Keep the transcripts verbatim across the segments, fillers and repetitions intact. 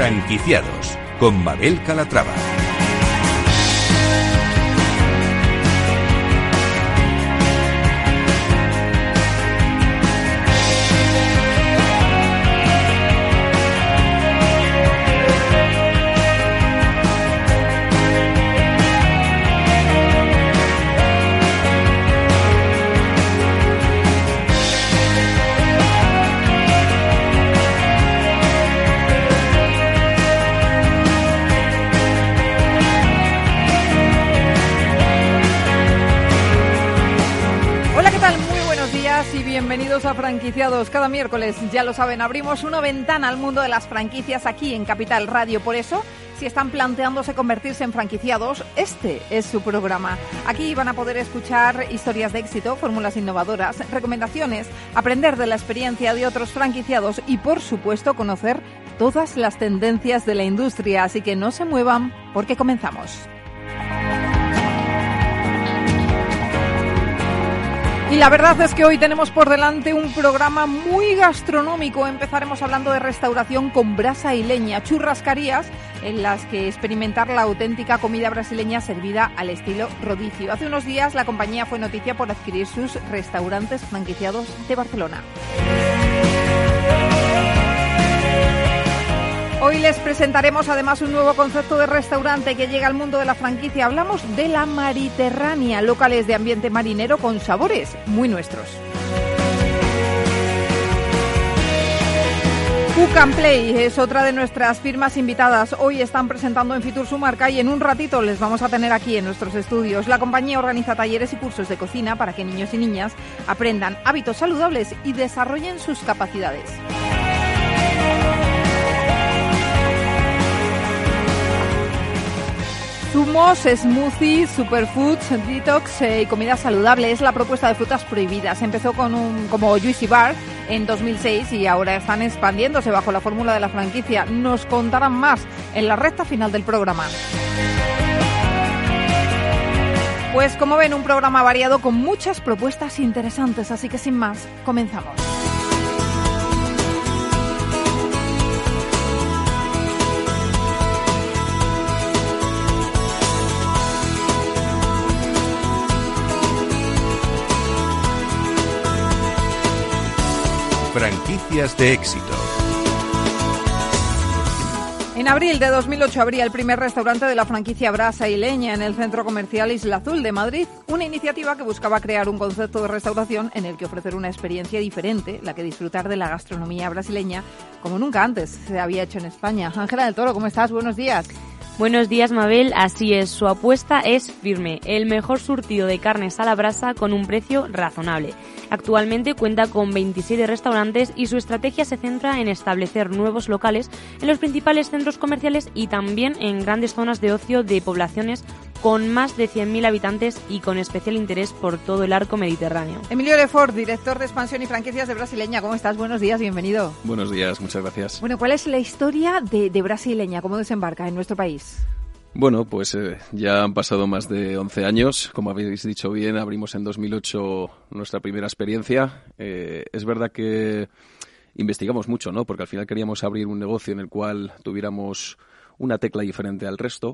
Franquiciados, con Mabel Calatrava. Bienvenidos a Franquiciados. Cada miércoles, ya lo saben, abrimos una ventana al mundo de las franquicias aquí en Capital Radio. Por eso, si están planteándose convertirse en franquiciados, este es su programa. Aquí van a poder escuchar historias de éxito, fórmulas innovadoras, recomendaciones, aprender de la experiencia de otros franquiciados y, por supuesto, conocer todas las tendencias de la industria. Así que no se muevan, porque comenzamos. Y la verdad es que hoy tenemos por delante un programa muy gastronómico. Empezaremos hablando de restauración con brasa y leña, churrascarías en las que experimentar la auténtica comida brasileña servida al estilo rodicio. Hace unos días la compañía fue noticia por adquirir sus restaurantes franquiciados de Barcelona. Hoy les presentaremos además un nuevo concepto de restaurante que llega al mundo de la franquicia. Hablamos de la Mediterránea, locales de ambiente marinero con sabores muy nuestros. Cook and Play es otra de nuestras firmas invitadas. Hoy están presentando en Fitur su marca y en un ratito les vamos a tener aquí en nuestros estudios. La compañía organiza talleres y cursos de cocina para que niños y niñas aprendan hábitos saludables y desarrollen sus capacidades. Zumos, smoothies, superfoods, detox eh, y comida saludable es la propuesta de frutas prohibidas. Empezó con un como Juicy Bar en dos mil seis y ahora están expandiéndose bajo la fórmula de la franquicia. Nos contarán más en la recta final del programa. Pues como ven, un programa variado con muchas propuestas interesantes, así que sin más, comenzamos. Franquicias de éxito. En abril de dos mil ocho abría el primer restaurante de la franquicia Brasa y Leña en el Centro Comercial Isla Azul de Madrid, una iniciativa que buscaba crear un concepto de restauración en el que ofrecer una experiencia diferente, la que disfrutar de la gastronomía brasileña como nunca antes se había hecho en España. Ángela del Toro, ¿cómo estás? Buenos días. Buenos días, Mabel. Así es, su apuesta es firme, el mejor surtido de carnes a la brasa con un precio razonable. Actualmente cuenta con veintisiete restaurantes y su estrategia se centra en establecer nuevos locales en los principales centros comerciales y también en grandes zonas de ocio de poblaciones con más de cien mil habitantes y con especial interés por todo el arco mediterráneo. Emilio Lefort, director de expansión y franquicias de Brasileña. ¿Cómo estás? Buenos días, bienvenido. Buenos días, muchas gracias. Bueno, ¿cuál es la historia de, de Brasileña? ¿Cómo desembarca en nuestro país? Bueno, pues eh, ya han pasado más de once años. Como habéis dicho bien, abrimos en dos mil ocho nuestra primera experiencia. Eh, es verdad que investigamos mucho, ¿no? Porque al final queríamos abrir un negocio en el cual tuviéramos una tecla diferente al resto.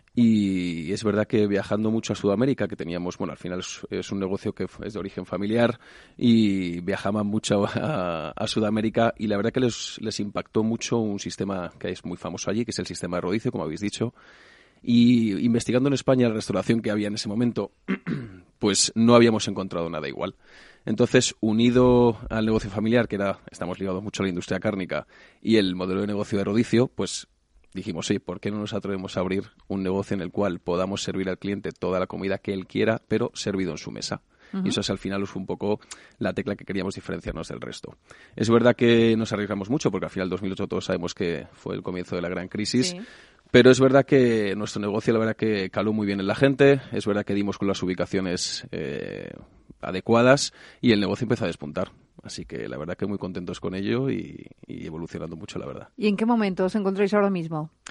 Y es verdad que viajando mucho a Sudamérica, que teníamos, bueno, al final es, es un negocio que es de origen familiar y viajaban mucho a, a Sudamérica y la verdad que les, les impactó mucho un sistema que es muy famoso allí, que es el sistema de rodicio, como habéis dicho. Y investigando en España la restauración que había en ese momento, pues no habíamos encontrado nada igual. Entonces, unido al negocio familiar, que era, estamos ligados mucho a la industria cárnica, y el modelo de negocio de rodicio, pues dijimos, sí, ¿por qué no nos atrevemos a abrir un negocio en el cual podamos servir al cliente toda la comida que él quiera, pero servido en su mesa? Uh-huh. Y eso es, al final es un poco la tecla que queríamos diferenciarnos del resto. Es verdad que nos arriesgamos mucho, porque al final dos mil ocho todos sabemos que fue el comienzo de la gran crisis, sí. Pero es verdad que nuestro negocio, la verdad que caló muy bien en la gente, es verdad que dimos con las ubicaciones eh, adecuadas y el negocio empezó a despuntar. Así que la verdad que muy contentos con ello y, y evolucionando mucho, la verdad. ¿Y en qué momento os encontráis ahora mismo?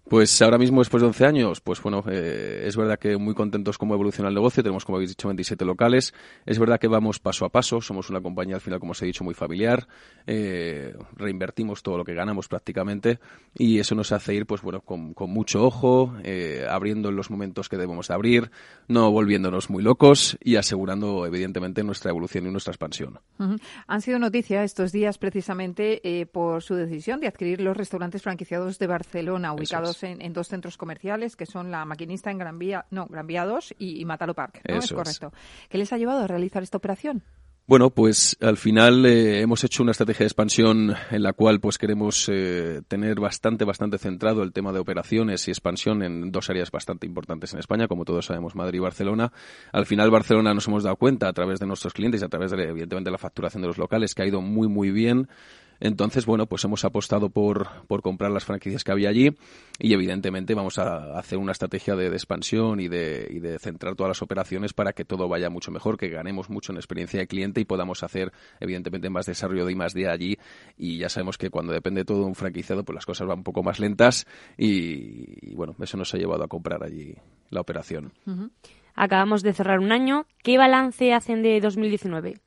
Pues ahora mismo, después de once años, pues bueno, eh, es verdad que muy contentos cómo evoluciona el negocio. Tenemos, como habéis dicho, veintisiete locales. Es verdad que vamos paso a paso. Somos una compañía, al final, como os he dicho, muy familiar. Eh, reinvertimos todo lo que ganamos prácticamente y eso nos hace ir, pues bueno, con, con mucho ojo, eh, abriendo en los momentos que debemos de abrir, no volviéndonos muy locos y asegurando, evidentemente, nuestra evolución y nuestra expansión. Uh-huh. Han sido noticia estos días, precisamente, eh, por su decisión de adquirir los restaurantes franquiciados de Barcelona, ubicados En, en dos centros comerciales, que son La Maquinista en Gran Vía, no, Gran Vía dos y, y Matalo Park, ¿no? Eso es correcto. Es. ¿Qué les ha llevado a realizar esta operación? Bueno, pues al final eh, hemos hecho una estrategia de expansión en la cual pues queremos eh, tener bastante, bastante centrado el tema de operaciones y expansión en dos áreas bastante importantes en España, como todos sabemos, Madrid y Barcelona. Al final, Barcelona nos hemos dado cuenta a través de nuestros clientes y a través de, evidentemente, la facturación de los locales, que ha ido muy, muy bien. Entonces, bueno, pues hemos apostado por, por comprar las franquicias que había allí y, evidentemente, vamos a hacer una estrategia de, de expansión y de, y de centrar todas las operaciones para que todo vaya mucho mejor, que ganemos mucho en experiencia de cliente y podamos hacer, evidentemente, más desarrollo de I más D allí. Y ya sabemos que cuando depende todo de un franquiciado, pues las cosas van un poco más lentas y, y bueno, eso nos ha llevado a comprar allí la operación. Uh-huh. Acabamos de cerrar un año. ¿Qué balance hacen de dos mil diecinueve?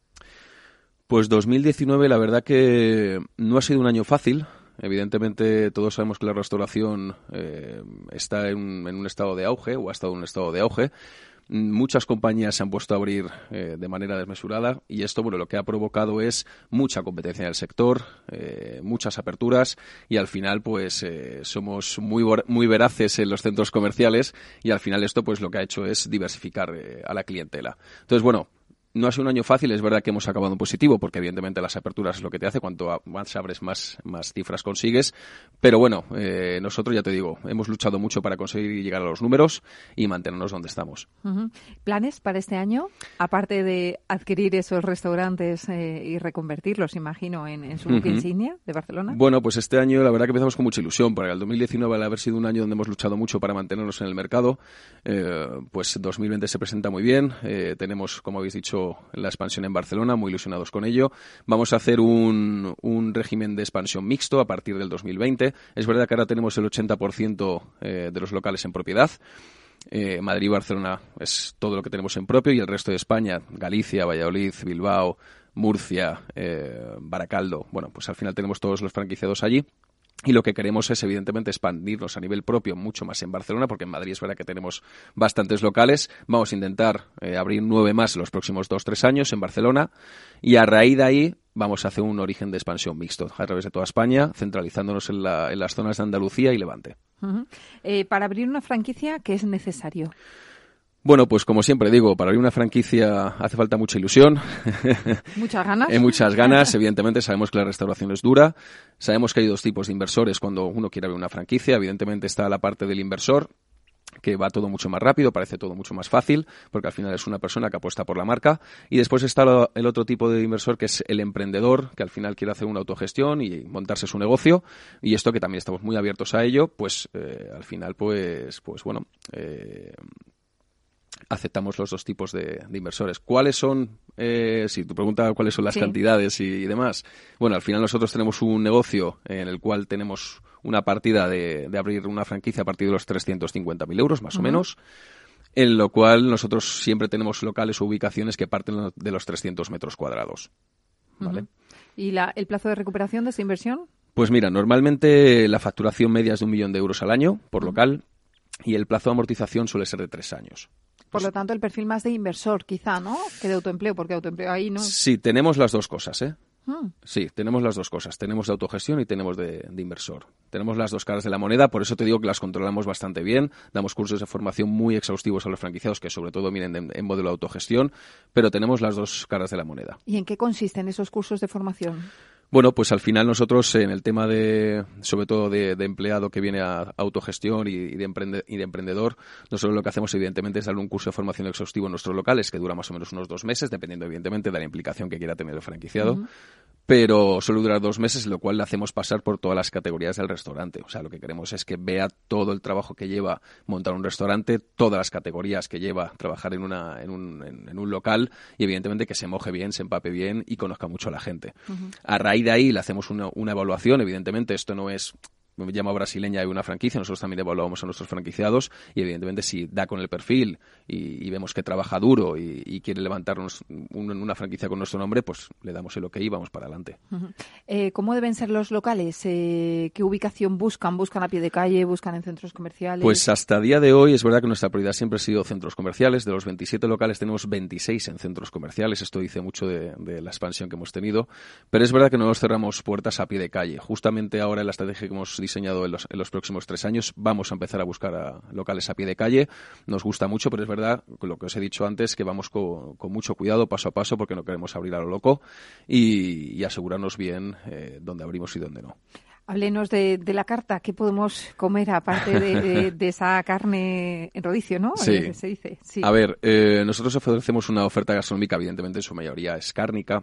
Pues dos mil diecinueve la verdad que no ha sido un año fácil. Evidentemente todos sabemos que la restauración eh, está en, en un estado de auge o ha estado en un estado de auge. Muchas compañías se han puesto a abrir eh, de manera desmesurada y esto, bueno, lo que ha provocado es mucha competencia en el sector, eh, muchas aperturas y al final pues eh, somos muy muy veraces en los centros comerciales y al final esto pues lo que ha hecho es diversificar eh, a la clientela. Entonces, bueno, no ha sido un año fácil, es verdad que hemos acabado en positivo, porque evidentemente las aperturas es lo que te hace, cuanto más abres, más, más cifras consigues, pero bueno, eh, nosotros ya te digo, hemos luchado mucho para conseguir llegar a los números y mantenernos donde estamos. Uh-huh. ¿Planes para este año? Aparte de adquirir esos restaurantes eh, y reconvertirlos, imagino, en, en su buque uh-huh. insignia de Barcelona. Bueno, pues este año la verdad que empezamos con mucha ilusión, porque el dos mil diecinueve, al haber sido un año donde hemos luchado mucho para mantenernos en el mercado, eh, pues dos mil veinte se presenta muy bien, eh, tenemos, como habéis dicho, la expansión en Barcelona, muy ilusionados con ello. Vamos a hacer un, un régimen de expansión mixto a partir del dos mil veinte. Es verdad que ahora tenemos el ochenta por ciento eh, de los locales en propiedad. Eh, Madrid y Barcelona es todo lo que tenemos en propio y el resto de España, Galicia, Valladolid, Bilbao, Murcia, eh, Baracaldo. Bueno, pues al final tenemos todos los franquiciados allí. Y lo que queremos es, evidentemente, expandirnos a nivel propio mucho más en Barcelona, porque en Madrid es verdad que tenemos bastantes locales. Vamos a intentar eh, abrir nueve más en los próximos dos, tres años en Barcelona. Y a raíz de ahí vamos a hacer un origen de expansión mixto a través de toda España, centralizándonos en, la, en las zonas de Andalucía y Levante. Uh-huh. Eh, para abrir una franquicia, ¿qué es necesario? Bueno, pues como siempre digo, para abrir una franquicia hace falta mucha ilusión. Muchas ganas. eh, muchas ganas. Evidentemente sabemos que la restauración es dura. Sabemos que hay dos tipos de inversores cuando uno quiere abrir una franquicia. Evidentemente está la parte del inversor, que va todo mucho más rápido, parece todo mucho más fácil, porque al final es una persona que apuesta por la marca. Y después está lo, el otro tipo de inversor, que es el emprendedor, que al final quiere hacer una autogestión y montarse su negocio. Y esto, que también estamos muy abiertos a ello, pues eh, al final, pues, pues bueno... Eh, aceptamos los dos tipos de, de inversores. ¿Cuáles son, eh, si tu pregunta cuáles son las sí. cantidades y, y demás? Bueno, al final nosotros tenemos un negocio en el cual tenemos una partida de, de abrir una franquicia a partir de los trescientos cincuenta mil euros, más uh-huh. o menos, en lo cual nosotros siempre tenemos locales o ubicaciones que parten de los trescientos metros cuadrados. ¿Vale? Uh-huh. ¿Y la, el plazo de recuperación de esa inversión? Pues mira, normalmente la facturación media es de un millón de euros al año por uh-huh. local y el plazo de amortización suele ser de tres años. Por lo tanto, el perfil más de inversor, quizá, ¿no? Que de autoempleo, porque autoempleo ahí no... Sí, tenemos las dos cosas, ¿eh? Hmm. Sí, tenemos las dos cosas. Tenemos de autogestión y tenemos de, de inversor. Tenemos las dos caras de la moneda, por eso te digo que las controlamos bastante bien. Damos cursos de formación muy exhaustivos a los franquiciados, que sobre todo miren en, en modelo de autogestión, pero tenemos las dos caras de la moneda. ¿Y en qué consisten esos cursos de formación? Bueno, pues al final nosotros en el tema de, sobre todo de, de empleado que viene a autogestión y, y, de emprende, y de emprendedor, nosotros lo que hacemos evidentemente es darle un curso de formación exhaustivo en nuestros locales que dura más o menos unos dos meses, dependiendo evidentemente de la implicación que quiera tener el franquiciado. Uh-huh. Pero suele durar dos meses, lo cual le hacemos pasar por todas las categorías del restaurante. O sea, lo que queremos es que vea todo el trabajo que lleva montar un restaurante, todas las categorías que lleva trabajar en una en un, en, en un local y evidentemente que se moje bien, se empape bien y conozca mucho a la gente. Uh-huh. A raíz de ahí le hacemos una, una evaluación. Evidentemente esto no es llama Brasileña hay una franquicia, nosotros también evaluamos a nuestros franquiciados y evidentemente si da con el perfil y, y vemos que trabaja duro y, y quiere levantarnos un, una franquicia con nuestro nombre, pues le damos el ok y vamos para adelante. Uh-huh. Eh, ¿Cómo deben ser los locales? Eh, ¿Qué ubicación buscan? ¿Buscan a pie de calle? ¿Buscan en centros comerciales? Pues hasta día de hoy es verdad que nuestra prioridad siempre ha sido centros comerciales. De los veintisiete locales tenemos veintiséis en centros comerciales. Esto dice mucho de, de la expansión que hemos tenido. Pero es verdad que no nos cerramos puertas a pie de calle. Justamente ahora en la estrategia que hemos diseñado en los, en los próximos tres años vamos a empezar a buscar a locales a pie de calle. Nos gusta mucho, pero es verdad, lo que os he dicho antes, que vamos con, con mucho cuidado, paso a paso, porque no queremos abrir a lo loco y, y asegurarnos bien eh, dónde abrimos y dónde no. Háblenos de, de la carta. ¿Qué podemos comer aparte de, de, de esa carne en rodicio, no? Sí. Se dice. Sí. A ver, eh, nosotros ofrecemos una oferta gastronómica, evidentemente en su mayoría es cárnica.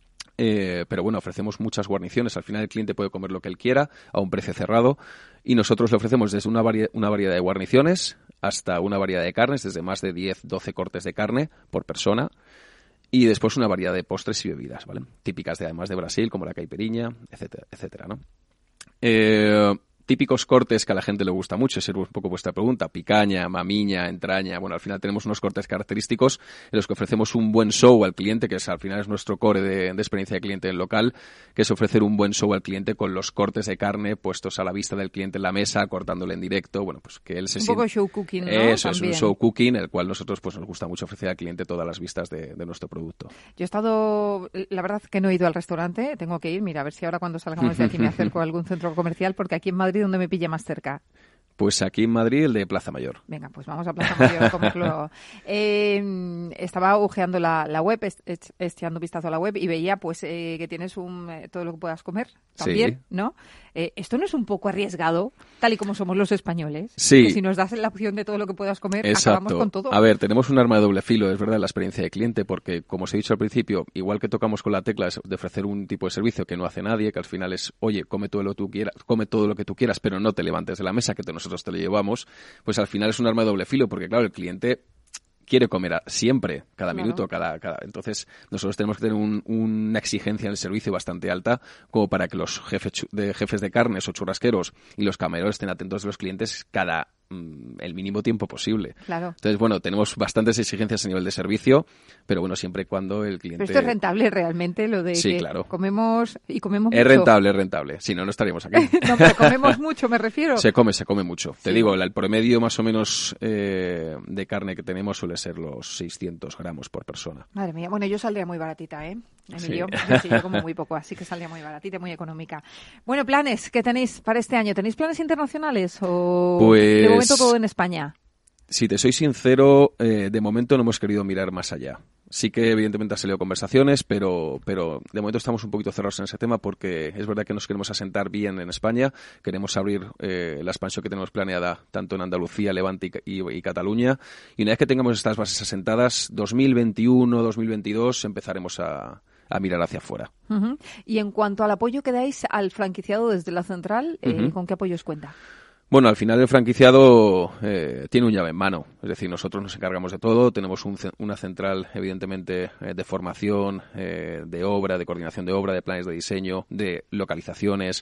Eh, pero bueno, ofrecemos muchas guarniciones. Al final el cliente puede comer lo que él quiera a un precio cerrado y nosotros le ofrecemos desde una, vari- una variedad de guarniciones hasta una variedad de carnes, desde más de diez, doce cortes de carne por persona y después una variedad de postres y bebidas, ¿vale? Típicas de además de Brasil, como la caipiriña, etcétera, etcétera, ¿no? Eh... Típicos cortes que a la gente le gusta mucho, esa es un poco vuestra pregunta, picaña, mamiña, entraña. Bueno, al final tenemos unos cortes característicos en los que ofrecemos un buen show al cliente, que es al final es nuestro core de, de experiencia de cliente en el local, que es ofrecer un buen show al cliente con los cortes de carne puestos a la vista del cliente en la mesa, cortándole en directo, bueno, pues que él se sienta... Un poco show cooking, ¿no? Eso, También. es un show cooking, el cual nosotros pues nos gusta mucho ofrecer al cliente todas las vistas de, de nuestro producto. Yo he estado, la verdad que no he ido al restaurante, tengo que ir, mira, a ver si ahora cuando salgamos de aquí me acerco a algún centro comercial, porque aquí en Madrid, ¿dónde me pilla más cerca? Pues aquí en Madrid, el de Plaza Mayor. Venga, pues vamos a Plaza Mayor a comerlo. Eh, estaba ojeando la, la web, est- echando un vistazo a la web y veía pues eh, que tienes un, eh, todo lo que puedas comer también, Sí. ¿no? Eh, ¿Esto no es un poco arriesgado, tal y como somos los españoles? Sí. Que si nos das la opción de todo lo que puedas comer, Exacto. acabamos con todo. A ver, tenemos un arma de doble filo, es verdad, la experiencia de cliente, porque como os he dicho al principio, igual que tocamos con la tecla de ofrecer un tipo de servicio que no hace nadie, que al final es, oye, come todo lo que tú quieras, come todo lo que tú quieras, pero no te levantes de la mesa, que te, nosotros te lo llevamos, pues al final es un arma de doble filo, porque claro, el cliente quiere comer a, siempre, cada Claro. minuto, cada, cada... Entonces, nosotros tenemos que tener un, una exigencia en el servicio bastante alta como para que los jefes chu- de, jefes de carnes o churrasqueros y los camareros estén atentos de los clientes cada mm, el mínimo tiempo posible. Claro. Entonces, bueno, tenemos bastantes exigencias a nivel de servicio, pero bueno, siempre y cuando el cliente... Pero esto es rentable realmente, lo de Sí, que claro. comemos y comemos Es mucho. rentable, es rentable. Si no, no estaríamos aquí. No, pero comemos mucho, me refiero. Se come, se come mucho. Te Sí. digo, el, el promedio más o menos eh, de carne que tenemos suele ser los seiscientos gramos por persona. Madre mía, bueno, yo saldría muy baratita, ¿eh? Emilio, Sí. yo sí, yo como muy poco, así que saldría muy baratita, muy económica. Bueno, planes, ¿qué tenéis para este año? ¿Tenéis planes internacionales o Pues- de momento todo en España? Si te soy sincero, eh, de momento no hemos querido mirar más allá. Sí que evidentemente han salido conversaciones, pero, pero de momento estamos un poquito cerrados en ese tema porque es verdad que nos queremos asentar bien en España, queremos abrir eh, la expansión que tenemos planeada tanto en Andalucía, Levante y, Ca- y, y Cataluña, y una vez que tengamos estas bases asentadas, dos mil veintiuno, dos mil veintidós empezaremos a, a mirar hacia afuera. Ujú. Y en cuanto al apoyo que dais al franquiciado desde la central, eh, Ujú. ¿con qué apoyo os cuenta? Bueno, al final el franquiciado eh, tiene un llave en mano, es decir, nosotros nos encargamos de todo, tenemos un ce- una central evidentemente eh, de formación, eh, de obra, de coordinación de obra, de planes de diseño, de localizaciones,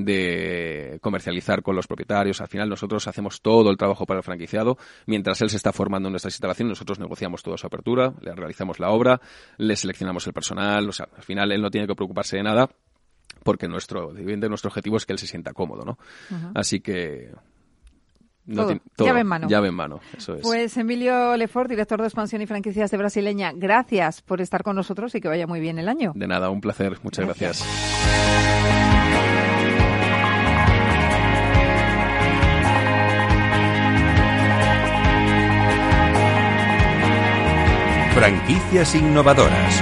de comercializar con los propietarios. Al final nosotros hacemos todo el trabajo para el franquiciado, mientras él se está formando en nuestras instalaciones, nosotros negociamos toda su apertura, le realizamos la obra, le seleccionamos el personal, o sea, al final él no tiene que preocuparse de nada, porque nuestro, evidentemente nuestro objetivo es que él se sienta cómodo, ¿no? Ujú. Así que... Todo, tiene- llave en mano. Llave en mano, eso es. Pues Emilio Lefort, director de expansión y franquicias de Brasileña, gracias por estar con nosotros y que vaya muy bien el año. De nada, un placer. Muchas gracias. Franquicias innovadoras.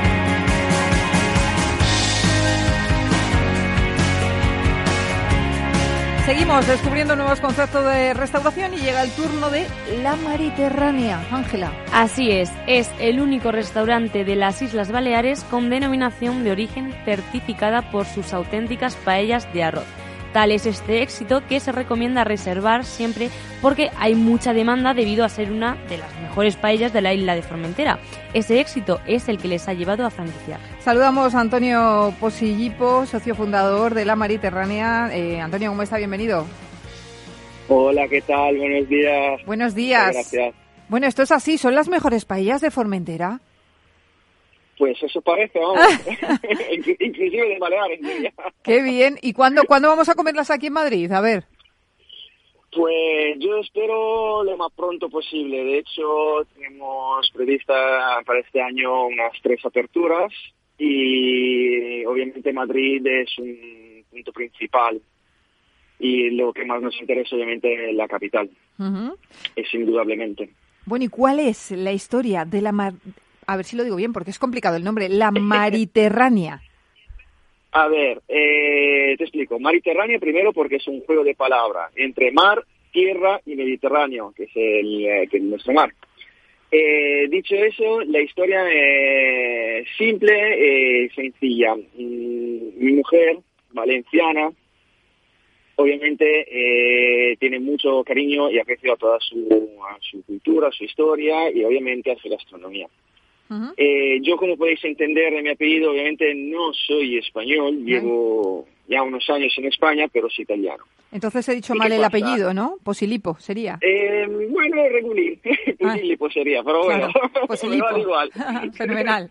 Seguimos descubriendo nuevos conceptos de restauración y llega el turno de la Mediterránea. Ángela. Así es, es el único restaurante de las Islas Baleares con denominación de origen certificada por sus auténticas paellas de arroz. Tal es este éxito que se recomienda reservar siempre porque hay mucha demanda debido a ser una de las mejores paellas de la isla de Formentera. Ese éxito es el que les ha llevado a franquiciar. Saludamos a Antonio Posillipo, socio fundador de La Mariterránea. Eh, Antonio, ¿cómo está? Bienvenido. Hola, ¿qué tal? Buenos días. Buenos días. Gracias. Bueno, esto es así, ¿son las mejores paellas de Formentera? Pues eso parece, vamos. Inclusive de Baleares. Qué bien. ¿Y cuándo, cuándo vamos a comerlas aquí en Madrid? A ver. Pues yo espero lo más pronto posible. De hecho, tenemos prevista para este año unas tres aperturas y obviamente Madrid es un punto principal. Y lo que más nos interesa, obviamente, es la capital. Uh-huh. Es indudablemente. Bueno, ¿y cuál es la historia de la... Mar... A ver si lo digo bien, porque es complicado el nombre. La Mariterránea. A ver, eh, te explico. Mariterránea primero porque es un juego de palabras entre mar, tierra y Mediterráneo, que es, el, eh, que es nuestro mar. Eh, dicho eso, la historia es simple, eh, sencilla. Mm, mi mujer, valenciana, obviamente eh, tiene mucho cariño y aprecio a toda su, a su cultura, a su historia y obviamente a su gastronomía. Uh-huh. Eh, yo, como podéis entender de mi apellido, obviamente no soy español, uh-huh. Llevo ya unos años en España, pero soy italiano. Entonces he dicho mal el pasa? apellido, ¿no? Posillipo sería. Eh, bueno, regulín, Posillipo ah. sería, pero bueno, claro. Posillipo. Me va igual. Fenomenal.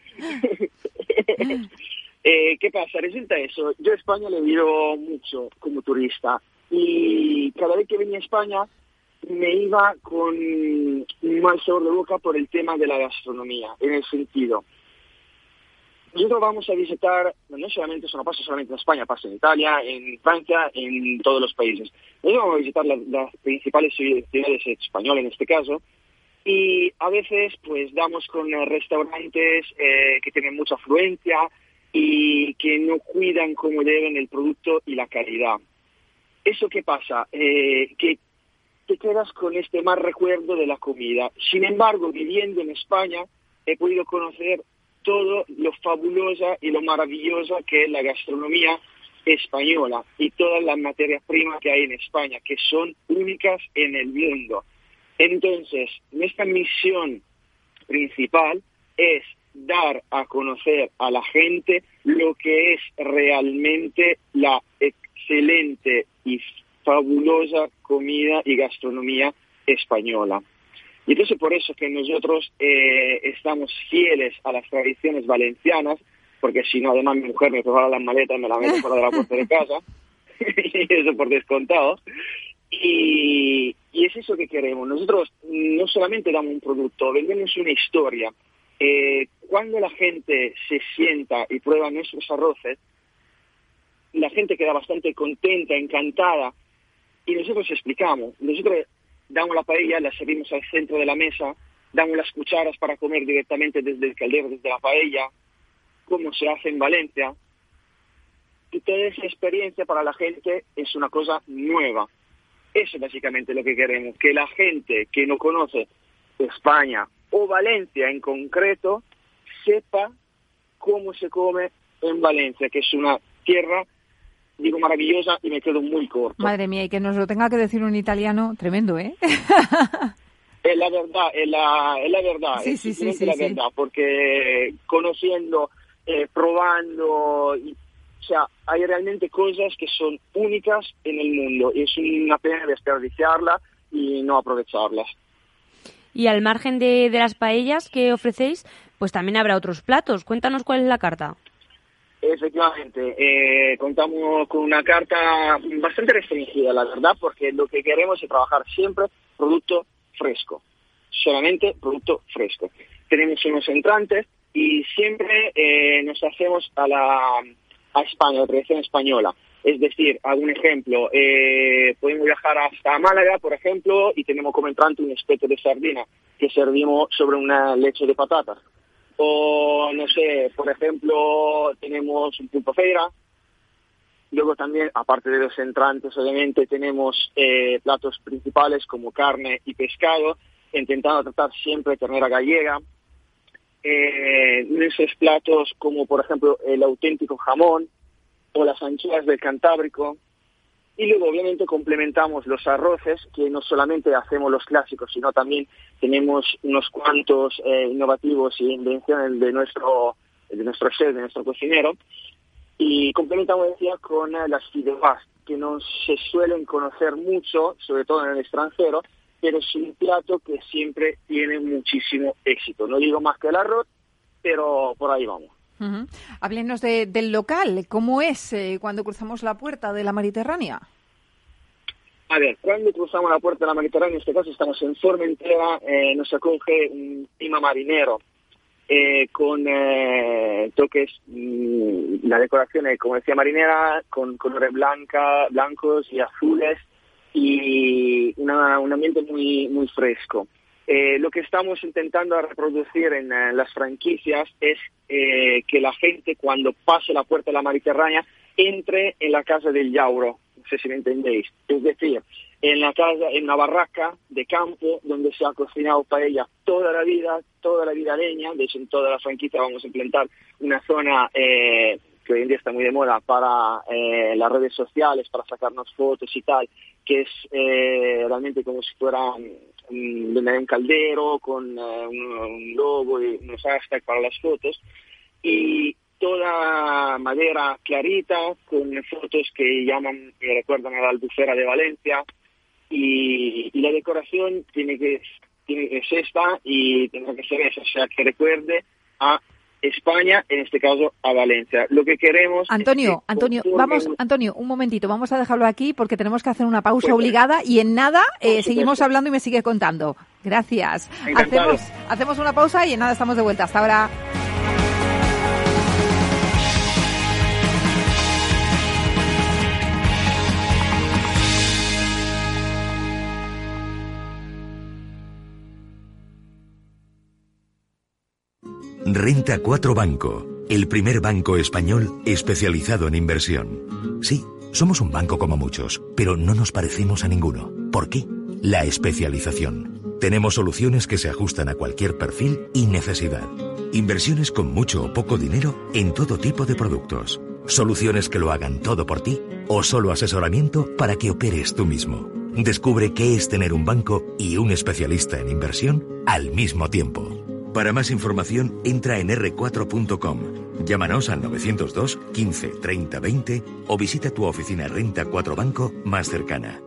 Eh, ¿Qué pasa? Resulta eso, yo a España le he ido mucho como turista y cada vez que venía a España me iba con un mal sabor de boca por el tema de la gastronomía, en el sentido, nosotros vamos a visitar, no solamente, eso no pasa solamente en España, pasa en Italia, en Francia, en todos los países. Nosotros vamos a visitar las, las principales ciudades españolas en este caso, y a veces pues damos con restaurantes eh, que tienen mucha afluencia y que no cuidan como deben el producto y la calidad. ¿Eso qué pasa? Eh, que te quedas con este mal recuerdo de la comida. Sin embargo, viviendo en España, he podido conocer todo lo fabulosa y lo maravillosa que es la gastronomía española y todas las materias primas que hay en España, que son únicas en el mundo. Entonces, nuestra misión principal es dar a conocer a la gente lo que es realmente la excelente y fabulosa comida y gastronomía española. Y entonces por eso que nosotros eh, estamos fieles a las tradiciones valencianas, porque si no, además mi mujer me prepara las maletas y me la mete fuera de la puerta de casa, y eso por descontado. Y, y es eso que queremos. Nosotros no solamente damos un producto, vendemos una historia. Eh, cuando la gente se sienta y prueba nuestros arroces, la gente queda bastante contenta, encantada, y nosotros explicamos. Nosotros damos la paella, la servimos al centro de la mesa, damos las cucharas para comer directamente desde el caldero, desde la paella, cómo se hace en Valencia. Y toda esa experiencia para la gente es una cosa nueva. Eso es básicamente lo que queremos, que la gente que no conoce España o Valencia en concreto sepa cómo se come en Valencia, que es una tierra, digo, maravillosa, y me quedo muy corto. Madre mía, y que nos lo tenga que decir un italiano, tremendo, ¿eh? Es la verdad, es la, es la verdad, sí, es sí, sí, sí, la sí. verdad, porque conociendo, eh, probando, y, o sea, hay realmente cosas que son únicas en el mundo, y es una pena desperdiciarlas y no aprovecharlas. Y al margen de, de las paellas que ofrecéis, pues también habrá otros platos. Cuéntanos cuál es la carta. Efectivamente, eh, contamos con una carta bastante restringida, la verdad, porque lo que queremos es trabajar siempre producto fresco, solamente producto fresco. Tenemos unos entrantes y siempre eh, nos hacemos a la a España, a la tradición española. Es decir, algún ejemplo, eh, podemos viajar hasta Málaga, por ejemplo, y tenemos como entrante un espeto de sardina que servimos sobre una leche de patatas. O, no sé, por ejemplo, tenemos un pulpo feira. Luego también, aparte de los entrantes, obviamente, tenemos eh, platos principales como carne y pescado, intentando tratar siempre ternera gallega. Eh, esos platos como, por ejemplo, el auténtico jamón o las anchoas del Cantábrico. Y luego, obviamente, complementamos los arroces, que no solamente hacemos los clásicos, sino también tenemos unos cuantos eh, innovativos y invenciones de nuestro, de nuestro chef, de nuestro cocinero. Y complementamos, decía, con eh, las fideuás, que no se suelen conocer mucho, sobre todo en el extranjero, pero es un plato que siempre tiene muchísimo éxito. No digo más que el arroz, pero por ahí vamos. Uh-huh. Háblenos de, del local. ¿Cómo es eh, cuando cruzamos la puerta de la Mediterránea? A ver, cuando cruzamos la puerta de la Mediterránea, en este caso estamos en Formentera, eh, nos acoge un clima marinero eh, con eh, toques, mmm, la decoración es, como decía, marinera, con colores blanca, blancos y azules y una, un ambiente muy, muy fresco. Eh, lo que estamos intentando reproducir en eh, las franquicias es eh, que la gente, cuando pase la puerta de la Mediterránea, entre en la casa del Yauro, no sé si me entendéis. Es decir, en la casa, en una barraca de campo donde se ha cocinado paella toda la vida, toda la vida leña. De hecho, en toda la franquicia vamos a implementar una zona eh, que hoy en día está muy de moda para eh, las redes sociales, para sacarnos fotos y tal, que es eh, realmente como si fuera un, un caldero con uh, un, un logo y unos hashtags para las fotos, y toda madera clarita con fotos que llaman, que recuerdan a la Albufera de Valencia, y, y la decoración tiene que, tiene que ser esta y tiene que ser eso, o sea, que recuerde a España, en este caso a Valencia. Lo que queremos... Antonio, es que Antonio, vamos, Antonio, un momentito, vamos a dejarlo aquí porque tenemos que hacer una pausa pues, obligada y en nada eh, seguimos hablando y me sigue contando. Gracias. Encantado. Hacemos, hacemos una pausa y en nada estamos de vuelta. Hasta ahora. Renta cuatro Banco, el primer banco español especializado en inversión. Sí, somos un banco como muchos, pero no nos parecemos a ninguno. ¿Por qué? La especialización. Tenemos soluciones que se ajustan a cualquier perfil y necesidad. Inversiones con mucho o poco dinero en todo tipo de productos. Soluciones que lo hagan todo por ti o solo asesoramiento para que operes tú mismo. Descubre qué es tener un banco y un especialista en inversión al mismo tiempo. Para más información, entra en erre cuatro punto com. Llámanos al novecientos dos, quince, treinta, veinte o visita tu oficina Renta cuatro Banco más cercana.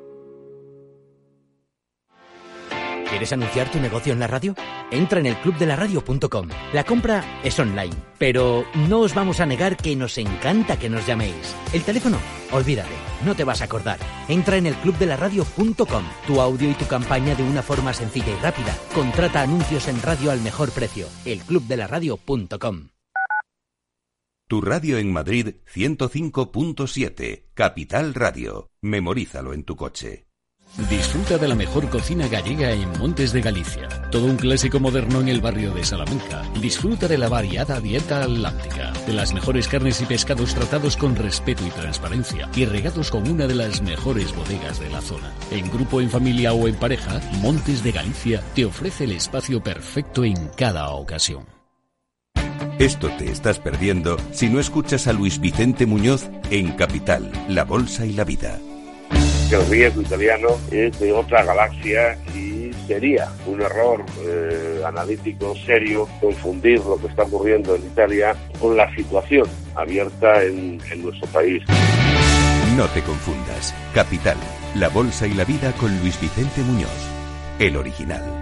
¿Quieres anunciar tu negocio en la radio? Entra en el club de la radio punto com. La compra es online, pero no os vamos a negar que nos encanta que nos llaméis. El teléfono, olvídate, no te vas a acordar. Entra en el club de la radio punto com. Tu audio y tu campaña de una forma sencilla y rápida. Contrata anuncios en radio al mejor precio. el club de la radio punto com. Tu radio en Madrid ciento cinco punto siete. Capital Radio. Memorízalo en tu coche. Disfruta de la mejor cocina gallega en Montes de Galicia. Todo un clásico moderno en el barrio de Salamanca. Disfruta de la variada dieta atlántica, de las mejores carnes y pescados tratados con respeto y transparencia y regados con una de las mejores bodegas de la zona. En grupo, en familia o en pareja, Montes de Galicia te ofrece el espacio perfecto en cada ocasión. Esto te estás perdiendo si no escuchas a Luis Vicente Muñoz en Capital, La Bolsa y la Vida. El riesgo italiano es de otra galaxia y sería un error eh, analítico serio confundir lo que está ocurriendo en Italia con la situación abierta en, en nuestro país. No te confundas. Capital, La Bolsa y la Vida con Luis Vicente Muñoz, el original.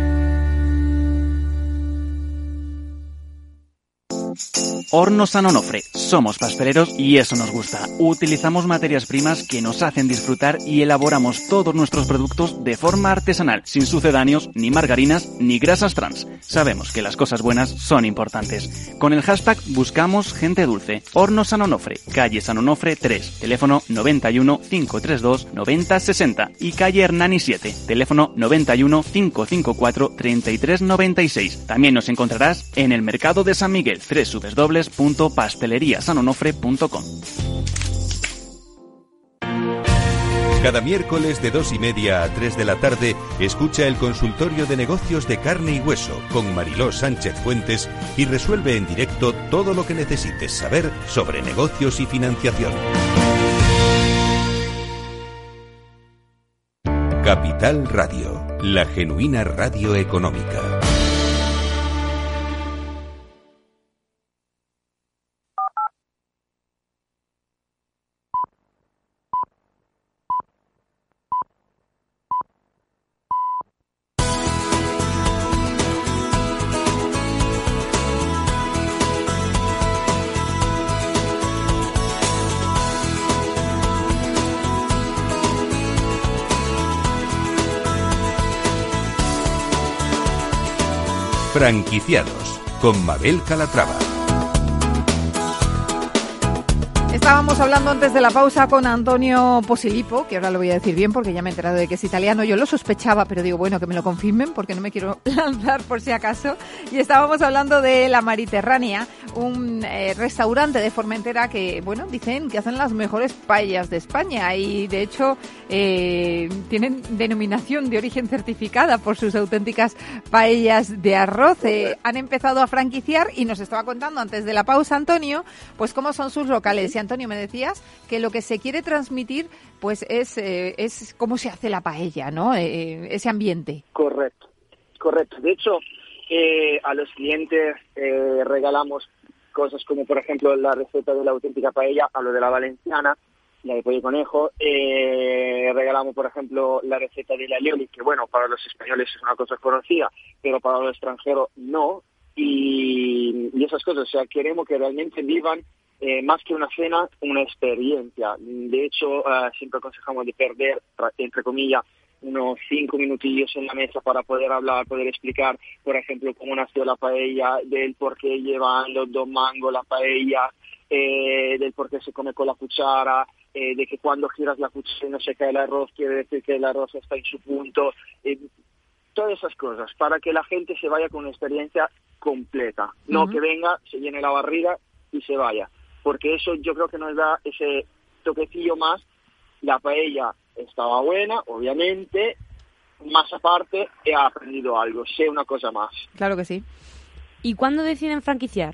Hornos San Onofre. Somos pasteleros y eso nos gusta. Utilizamos materias primas que nos hacen disfrutar y elaboramos todos nuestros productos de forma artesanal, sin sucedáneos, ni margarinas, ni grasas trans. Sabemos que las cosas buenas son importantes. Con el hashtag buscamos gente dulce. Hornos San Onofre, calle San Onofre tres, teléfono noventa y uno, cinco treinta y dos, noventa sesenta y calle Hernani siete, teléfono noventa y uno, cinco cincuenta y cuatro, treinta y tres noventa y seis. También nos encontrarás en el Mercado de San Miguel, doble u doble u doble u punto pastelería san onofre punto com. Cada miércoles de dos y media a tres de la tarde, escucha el consultorio de negocios de Carne y Hueso con Mariló Sánchez Fuentes y resuelve en directo todo lo que necesites saber sobre negocios y financiación. Capital Radio, la genuina radio económica. Franquiciados, con Mabel Calatrava. Estábamos hablando antes de la pausa con Antonio Posilipo, que ahora lo voy a decir bien porque ya me he enterado de que es italiano. Yo lo sospechaba, pero digo, bueno, que me lo confirmen porque no me quiero lanzar por si acaso. Y estábamos hablando de La Mediterránea, un eh, restaurante de Formentera que, bueno, dicen que hacen las mejores paellas de España y, de hecho, eh, tienen denominación de origen certificada por sus auténticas paellas de arroz. Eh, han empezado a franquiciar y nos estaba contando antes de la pausa, Antonio, pues cómo son sus locales. Y Antonio, me decías que lo que se quiere transmitir pues es, eh, es cómo se hace la paella, ¿no? Eh, ese ambiente. Correcto, correcto. De hecho, eh, a los clientes eh, regalamos cosas como, por ejemplo, la receta de la auténtica paella, hablo de la valenciana, la de pollo y conejo. Eh, regalamos, por ejemplo, la receta de la alioli, que, bueno, para los españoles es una cosa conocida, pero para los extranjeros no. Y, y esas cosas, o sea, queremos que realmente vivan Eh, más que una cena, una experiencia. De hecho, uh, siempre aconsejamos de perder, entre comillas, unos cinco minutillos en la mesa para poder hablar, poder explicar, por ejemplo, cómo nació la paella, del por qué llevan los dos mangos la paella, eh, del por qué se come con la cuchara, eh, de que cuando giras la cuchara y no se cae el arroz, quiere decir que el arroz está en su punto. Eh, todas esas cosas, para que la gente se vaya con una experiencia completa. No uh-huh. que venga, se llene la barriga y se vaya. Porque eso yo creo que nos da ese toquecillo más. La paella estaba buena, obviamente, más aparte he aprendido algo, sé una cosa más. Claro que sí. ¿Y cuándo deciden franquiciar?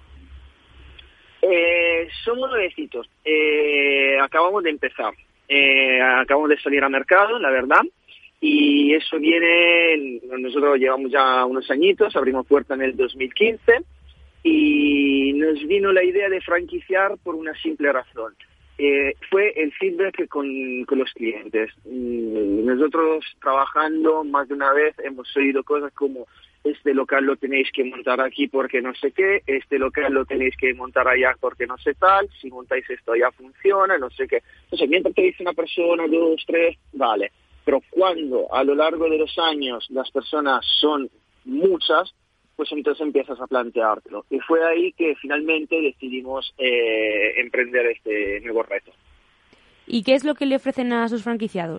Eh, somos nuevecitos, eh, acabamos de empezar, eh, acabamos de salir al mercado, la verdad, y eso viene, nosotros llevamos ya unos añitos, abrimos puerta en el dos mil quince, y nos vino la idea de franquiciar por una simple razón. Eh, fue el feedback con, con los clientes. Nosotros trabajando más de una vez hemos oído cosas como: este local lo tenéis que montar aquí porque no sé qué, este local lo tenéis que montar allá porque no sé tal, si montáis esto ya funciona, no sé qué. Entonces, mientras te dice una persona, dos, tres, vale. Pero cuando a lo largo de los años las personas son muchas, pues entonces empiezas a planteártelo. Y fue ahí que finalmente decidimos eh, emprender este nuevo reto. ¿Y qué es lo que le ofrecen a sus franquiciados?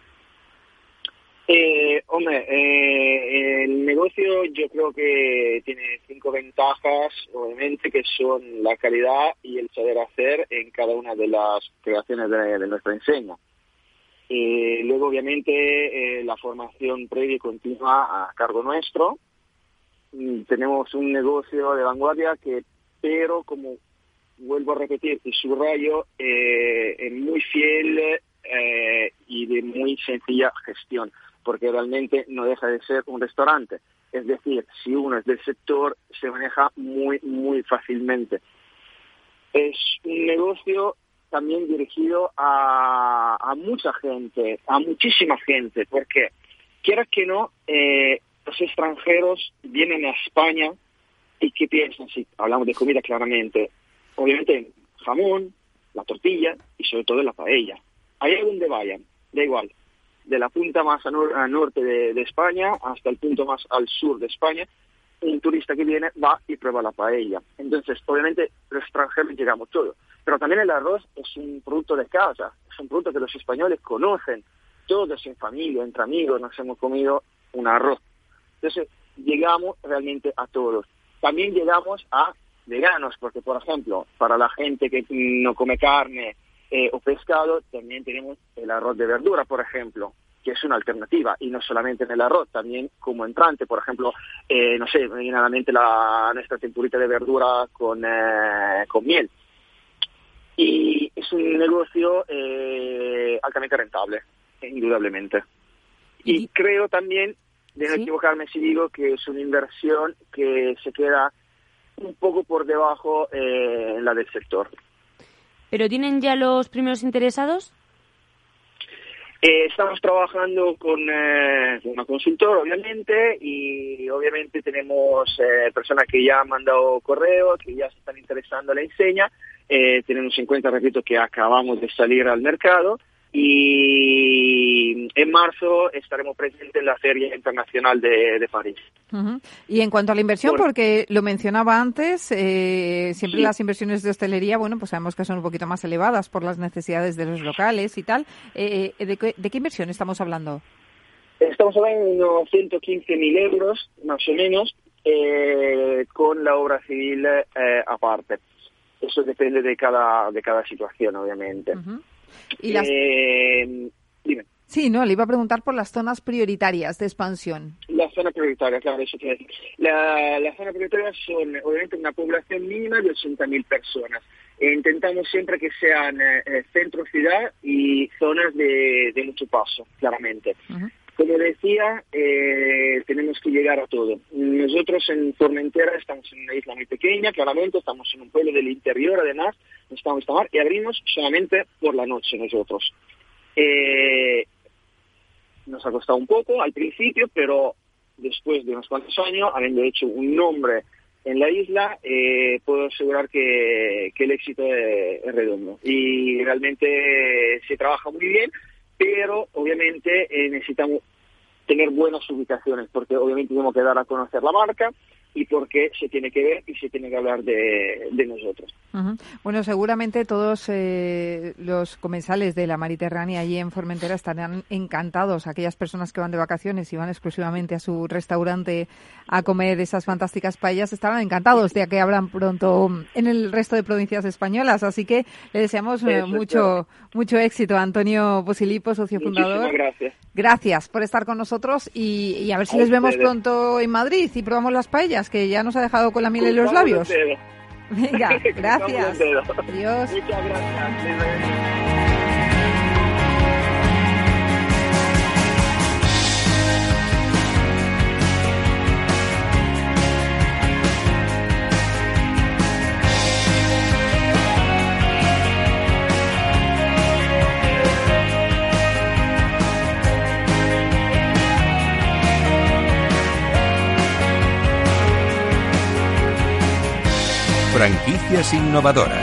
Eh, hombre, eh, el negocio yo creo que tiene cinco ventajas, obviamente, que son la calidad y el saber hacer en cada una de las creaciones de, de nuestra enseña. Eh, luego, obviamente, eh, la formación previa y continua a cargo nuestro. Tenemos un negocio de vanguardia que, pero como vuelvo a repetir y subrayo, eh, es muy fiel eh, y de muy sencilla gestión, porque realmente no deja de ser un restaurante. Es decir, si uno es del sector, se maneja muy, muy fácilmente. Es un negocio también dirigido a, a mucha gente, a muchísima gente, porque quieras que no, eh, los extranjeros vienen a España y ¿qué piensan? Si hablamos de comida claramente, obviamente jamón, la tortilla y sobre todo la paella. Allá donde vayan, da igual, de la punta más al nor- a norte de, de España hasta el punto más al sur de España, un turista que viene va y prueba la paella. Entonces, obviamente, los extranjeros llegamos todos. Pero también el arroz es un producto de casa, es un producto que los españoles conocen. Todos en familia, entre amigos, nos hemos comido un arroz. Entonces, llegamos realmente a todos. También llegamos a veganos, porque, por ejemplo, para la gente que no come carne eh, o pescado, también tenemos el arroz de verdura, por ejemplo, que es una alternativa. Y no solamente en el arroz, también como entrante. Por ejemplo, eh, no sé, me viene a la mente la, nuestra tempurita de verdura con, eh, con miel. Y es un negocio eh, altamente rentable, indudablemente. Y, y creo también, de no ¿sí? equivocarme si digo, que es una inversión que se queda un poco por debajo eh, en la del sector. ¿Pero tienen ya los primeros interesados? Eh, estamos trabajando con eh, una consultora, obviamente, y obviamente tenemos eh, personas que ya han mandado correo, que ya se están interesando en la enseña. Eh, tenemos en cuenta, repito, que acabamos de salir al mercado y en marzo estaremos presentes en la Feria Internacional de, de París. Uh-huh. Y en cuanto a la inversión, Por... porque lo mencionaba antes, eh, siempre sí. las inversiones de hostelería, bueno, pues sabemos que son un poquito más elevadas por las necesidades de los locales y tal. Eh, ¿de, qué, ¿De qué inversión estamos hablando? Estamos hablando de unos ciento quince mil euros, más o menos, eh, con la obra civil eh, aparte. Eso depende de cada de cada situación, obviamente. Uh-huh. ¿Y las... eh, dime. Sí, no, le iba a preguntar por las zonas prioritarias de expansión. La zona prioritaria, claro, eso quiere decir. La, la zona prioritaria son, obviamente, una población mínima de ochenta mil personas. E intentamos siempre que sean eh, centro-ciudad y zonas de, de mucho paso, claramente. Uh-huh. Como decía, eh, tenemos que llegar a todo. Nosotros en Formentera estamos en una isla muy pequeña, claramente, estamos en un pueblo del interior, además, no estamos en mar, y abrimos solamente por la noche nosotros. Eh, nos ha costado un poco al principio, pero después de unos cuantos años, habiendo hecho un nombre en la isla, eh, puedo asegurar que, que el éxito es, es redondo. Y realmente se trabaja muy bien, pero obviamente eh, necesitamos tener buenas ubicaciones, porque obviamente tenemos que dar a conocer la marca y porque se tiene que ver y se tiene que hablar de, de nosotros. Uh-huh. Bueno, seguramente todos eh, los comensales de la Mediterránea allí en Formentera estarán encantados. Aquellas personas que van de vacaciones y van exclusivamente a su restaurante a comer esas fantásticas paellas estarán encantados de que abran pronto en el resto de provincias españolas. Así que le deseamos eh, mucho mucho éxito a Antonio Posilipo, socio fundador. Muchísimas gracias. Gracias por estar con nosotros y, y a ver si a les vemos ustedes pronto en Madrid y probamos las paellas, que ya nos ha dejado con la miel en los labios. Venga, gracias. Adiós. Muchas gracias. Franquicias innovadoras.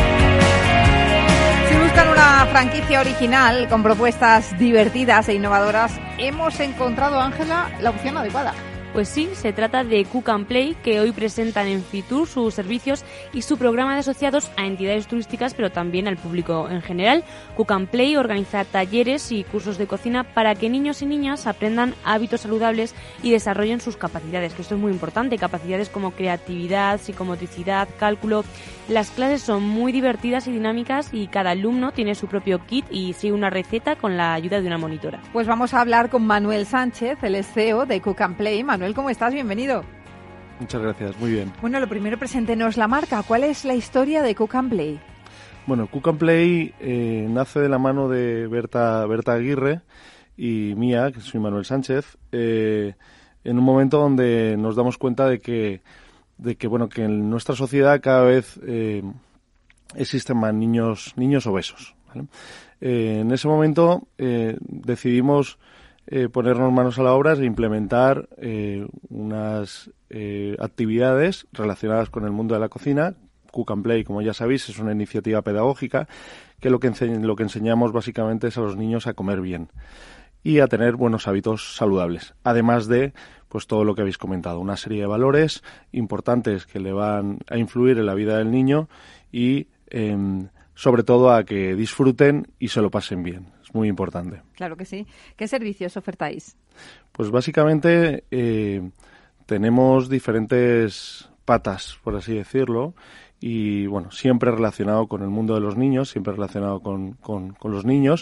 Si buscan una franquicia original con propuestas divertidas e innovadoras, hemos encontrado, Ángela, la opción adecuada. Pues sí, se trata de Cook and Play, que hoy presentan en Fitur sus servicios y su programa de asociados a entidades turísticas, pero también al público en general. Cook and Play organiza talleres y cursos de cocina para que niños y niñas aprendan hábitos saludables y desarrollen sus capacidades, que esto es muy importante, capacidades como creatividad, psicomotricidad, cálculo. Las clases son muy divertidas y dinámicas y cada alumno tiene su propio kit y sigue una receta con la ayuda de una monitora. Pues vamos a hablar con Manuel Sánchez, el C E O de Cook and Play. Manuel, ¿cómo estás? Bienvenido. Muchas gracias, muy bien. Bueno, lo primero, preséntenos la marca. ¿Cuál es la historia de Cook and Play? Bueno, Cook and Play eh, nace de la mano de Berta, Berta Aguirre y mía, que soy Manuel Sánchez, eh, en un momento donde nos damos cuenta de que, de que bueno, que en nuestra sociedad cada vez eh, existen más niños, niños obesos, ¿vale? Eh, en ese momento eh, decidimos Eh, ponernos manos a la obra e implementar eh, unas eh, actividades relacionadas con el mundo de la cocina. Cook and Play, como ya sabéis, es una iniciativa pedagógica que lo que, ense- lo que enseñamos básicamente es a los niños a comer bien y a tener buenos hábitos saludables, además de pues todo lo que habéis comentado, una serie de valores importantes que le van a influir en la vida del niño y eh, sobre todo a que disfruten y se lo pasen bien. Es muy importante. Claro que sí. ¿Qué servicios ofertáis? Pues básicamente eh, tenemos diferentes patas, por así decirlo, y bueno, siempre relacionado con el mundo de los niños, siempre relacionado con, con, con los niños,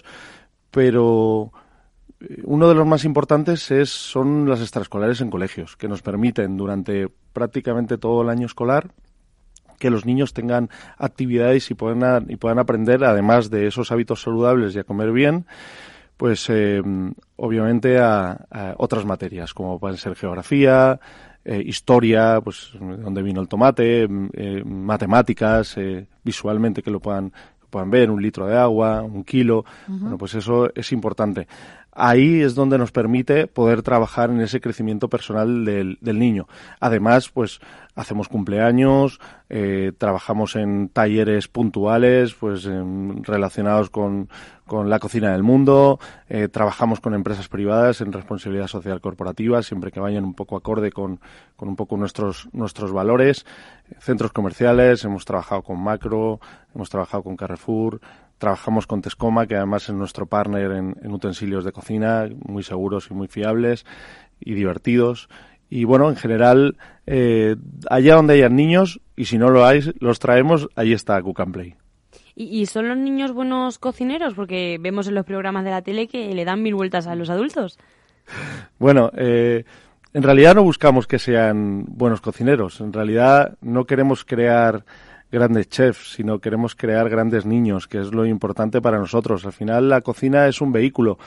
pero uno de los más importantes es son las extraescolares en colegios, que nos permiten durante prácticamente todo el año escolar que los niños tengan actividades y puedan, y puedan aprender, además de esos hábitos saludables y a comer bien, pues eh, obviamente a, a otras materias, como pueden ser geografía, eh, historia, pues dónde vino el tomate, eh, matemáticas, eh, visualmente que lo puedan, puedan ver, un litro de agua, un kilo, uh-huh. Bueno, pues eso es importante. Ahí es donde nos permite poder trabajar en ese crecimiento personal del, del niño. Además, pues hacemos cumpleaños, eh, trabajamos en talleres puntuales, pues en, relacionados con, con la cocina del mundo, eh, trabajamos con empresas privadas en responsabilidad social corporativa, siempre que vayan un poco acorde con, con un poco nuestros, nuestros valores. Centros comerciales, hemos trabajado con Macro, hemos trabajado con Carrefour, trabajamos con Tescoma, que además es nuestro partner en, en utensilios de cocina, muy seguros y muy fiables y divertidos. Y bueno, en general, eh, allá donde hayan niños, y si no lo hay, los traemos, ahí está Cook and Play. ¿Y, ¿Y son los niños buenos cocineros? Porque vemos en los programas de la tele que le dan mil vueltas a los adultos. Bueno, eh, en realidad no buscamos que sean buenos cocineros. En realidad no queremos crear grandes chefs, sino queremos crear grandes niños, que es lo importante para nosotros. Al final la cocina es un vehículo.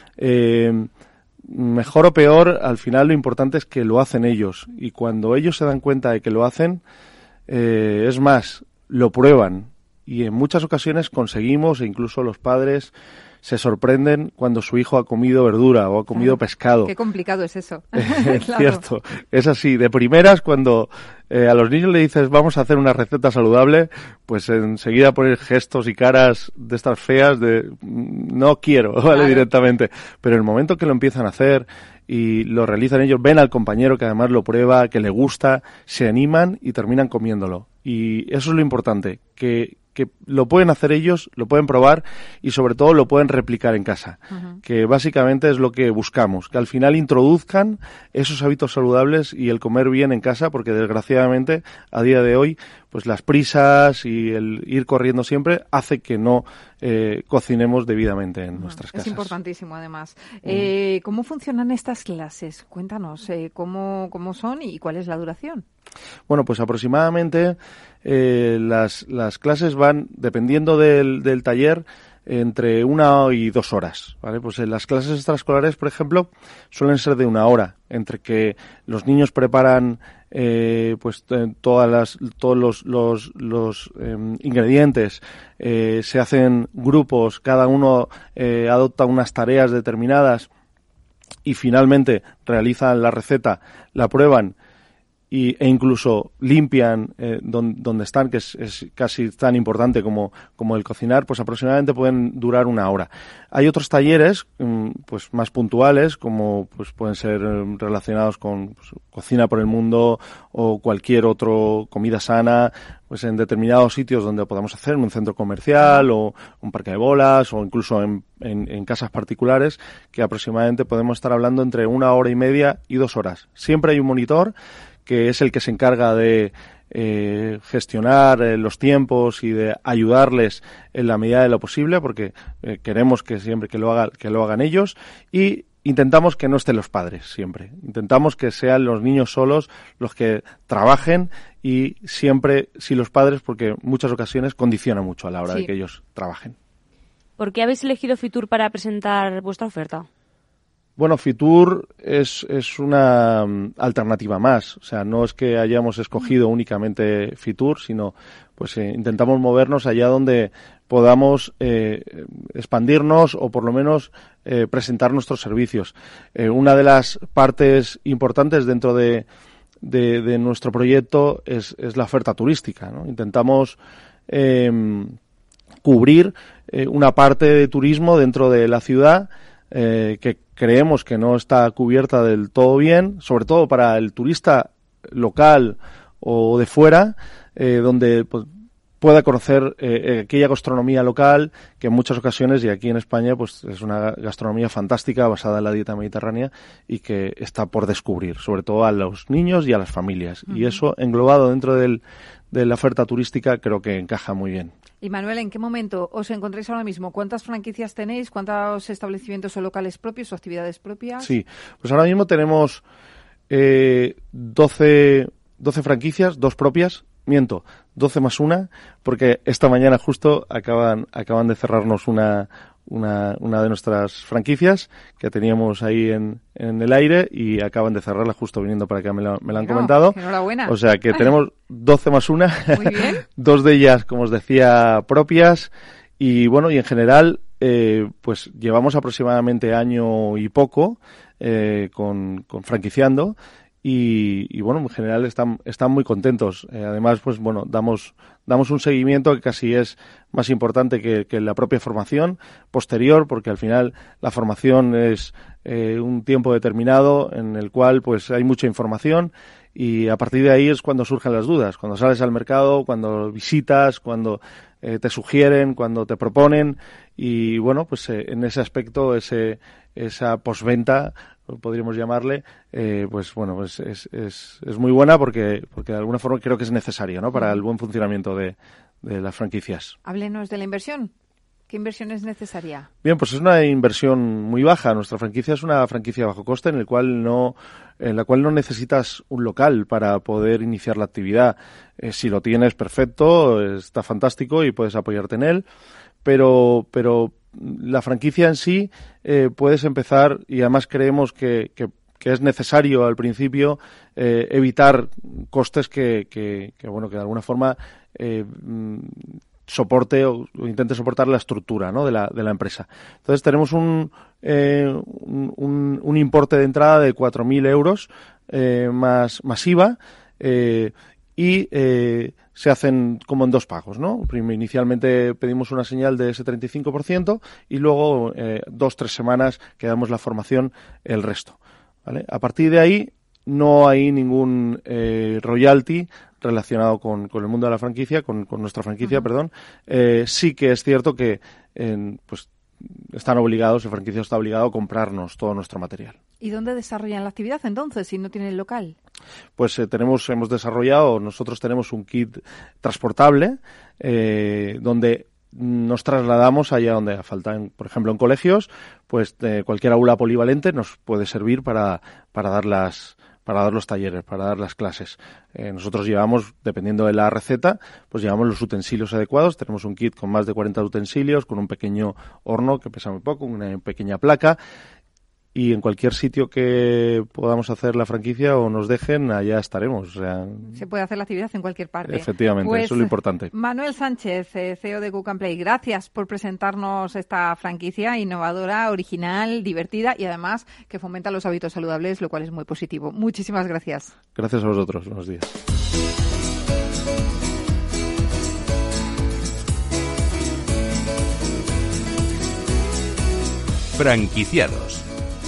Eh, mejor o peor, al final lo importante es que lo hacen ellos. Y cuando ellos se dan cuenta de que lo hacen, eh, es más, lo prueban. Y en muchas ocasiones conseguimos, e incluso los padres se sorprenden cuando su hijo ha comido verdura o ha comido claro. pescado. Qué complicado es eso. Es claro. Cierto. Es así. De primeras, cuando eh, a los niños le dices vamos a hacer una receta saludable, pues enseguida poner gestos y caras de estas feas de no quiero, ¿vale? Claro. Directamente. Pero en el momento que lo empiezan a hacer y lo realizan ellos, ven al compañero que además lo prueba, que le gusta, se animan y terminan comiéndolo. Y eso es lo importante, que que lo pueden hacer ellos, lo pueden probar y sobre todo lo pueden replicar en casa, uh-huh. que básicamente es lo que buscamos, que al final introduzcan esos hábitos saludables y el comer bien en casa, porque desgraciadamente a día de hoy pues las prisas y el ir corriendo siempre hace que no eh, cocinemos debidamente en uh-huh. nuestras casas. Es importantísimo además. Uh-huh. Eh, ¿Cómo funcionan estas clases? Cuéntanos, eh, ¿cómo, cómo son y cuál es la duración? Bueno, pues aproximadamente eh, las, las clases van, dependiendo del, del taller, entre una y dos horas, ¿vale? Pues en las clases extraescolares, por ejemplo, suelen ser de una hora, entre que los niños preparan eh, pues eh, todas las, todos los, los, los eh, ingredientes, eh, se hacen grupos, cada uno eh, adopta unas tareas determinadas y finalmente realizan la receta, la prueban y, e incluso limpian eh, don, donde están, que es, es casi tan importante como, como el cocinar, pues aproximadamente pueden durar una hora. Hay otros talleres mm, pues más puntuales, como pues pueden ser eh, relacionados con pues, cocina por el mundo o cualquier otro, comida sana, pues en determinados sitios donde podamos hacer, en un centro comercial o un parque de bolas o incluso en, en, en casas particulares, que aproximadamente podemos estar hablando entre una hora y media y dos horas. Siempre hay un monitor que es el que se encarga de eh, gestionar eh, los tiempos y de ayudarles en la medida de lo posible, porque eh, queremos que siempre que lo haga, que lo hagan ellos, y intentamos que no estén los padres siempre. Intentamos que sean los niños solos los que trabajen y siempre si los padres, porque en muchas ocasiones condiciona mucho a la hora sí. de que ellos trabajen. ¿Por qué habéis elegido Fitur para presentar vuestra oferta? Bueno, Fitur es, es una um, alternativa más. O sea, no es que hayamos escogido únicamente Fitur, sino pues eh, intentamos movernos allá donde podamos eh, expandirnos o por lo menos eh, presentar nuestros servicios. Eh, una de las partes importantes dentro de, de, de nuestro proyecto es, es la oferta turística, ¿no? Intentamos eh, cubrir eh, una parte de turismo dentro de la ciudad eh, que creemos que no está cubierta del todo bien, sobre todo para el turista local o de fuera, eh, donde pues, pueda conocer eh, aquella gastronomía local que en muchas ocasiones, y aquí en España, pues es una gastronomía fantástica basada en la dieta mediterránea y que está por descubrir, sobre todo a los niños y a las familias. Uh-huh. Y eso, englobado dentro del, de la oferta turística, creo que encaja muy bien. Y Manuel, ¿en qué momento os encontráis ahora mismo? ¿Cuántas franquicias tenéis? ¿Cuántos establecimientos o locales propios o actividades propias? Sí, pues ahora mismo tenemos eh, doce, doce franquicias, dos propias, miento, doce más una, porque esta mañana justo acaban, acaban de cerrarnos una, una, una de nuestras franquicias que teníamos ahí en, en el aire y acaban de cerrarla justo viniendo para acá, me la, me la han Bueno, comentado. enhorabuena. O sea que tenemos doce más una, Muy bien. dos de ellas, como os decía, propias y bueno, y en general eh, pues llevamos aproximadamente año y poco eh, con, con franquiciando. Y, y bueno, en general están, están muy contentos. Eh, además, pues bueno, damos, damos un seguimiento que casi es más importante que, que la propia formación posterior, porque al final la formación es eh, un tiempo determinado en el cual pues hay mucha información y a partir de ahí es cuando surgen las dudas, cuando sales al mercado, cuando visitas, cuando eh, te sugieren, cuando te proponen y bueno, pues eh, en ese aspecto, ese, esa posventa podríamos llamarle, eh, pues bueno, pues es, es, es muy buena porque, porque de alguna forma creo que es necesario, ¿no? Para el buen funcionamiento de, de las franquicias. Háblenos de la inversión. ¿Qué inversión es necesaria? Bien, pues es una inversión muy baja. Nuestra franquicia es una franquicia de bajo coste en el cual no, en la cual no necesitas un local para poder iniciar la actividad. Eh, si lo tienes, perfecto, está fantástico y puedes apoyarte en él, pero, pero la franquicia en sí eh, puedes empezar y además creemos que, que, que es necesario al principio eh, evitar costes que, que, que bueno que de alguna forma eh, soporte o, o intente soportar la estructura, ¿no? de la de la empresa. Entonces tenemos un eh, un, un importe de entrada de cuatro mil euros eh, más más I V A eh, y eh, se hacen como en dos pagos, ¿no? Inicialmente pedimos una señal de ese treinta y cinco por ciento y luego eh, dos, tres semanas que damos la formación el resto, ¿vale? A partir de ahí no hay ningún eh, royalty relacionado con, con el mundo de la franquicia, con, con nuestra franquicia, uh-huh. perdón. Eh, sí que es cierto que eh, pues están obligados, el franquiciado está obligado a comprarnos todo nuestro material. ¿Y dónde desarrollan la actividad entonces, si no tienen el local? Pues eh, tenemos, hemos desarrollado, nosotros tenemos un kit transportable eh, donde nos trasladamos allá donde haga falta. En, por ejemplo, en colegios, pues eh, cualquier aula polivalente nos puede servir para, para dar las para dar los talleres, para dar las clases. Eh, nosotros llevamos, dependiendo de la receta, pues llevamos los utensilios adecuados. Tenemos un kit con más de cuarenta utensilios, con un pequeño horno que pesa muy poco, una pequeña placa. Y en cualquier sitio que podamos hacer la franquicia o nos dejen, allá estaremos. O sea, se puede hacer la actividad en cualquier parte. Efectivamente, pues, eso es lo importante. Manuel Sánchez, C E O de Cook and Play, gracias por presentarnos esta franquicia innovadora, original, divertida y además que fomenta los hábitos saludables, lo cual es muy positivo. Muchísimas gracias. Gracias a vosotros. Buenos días. Franquiciados.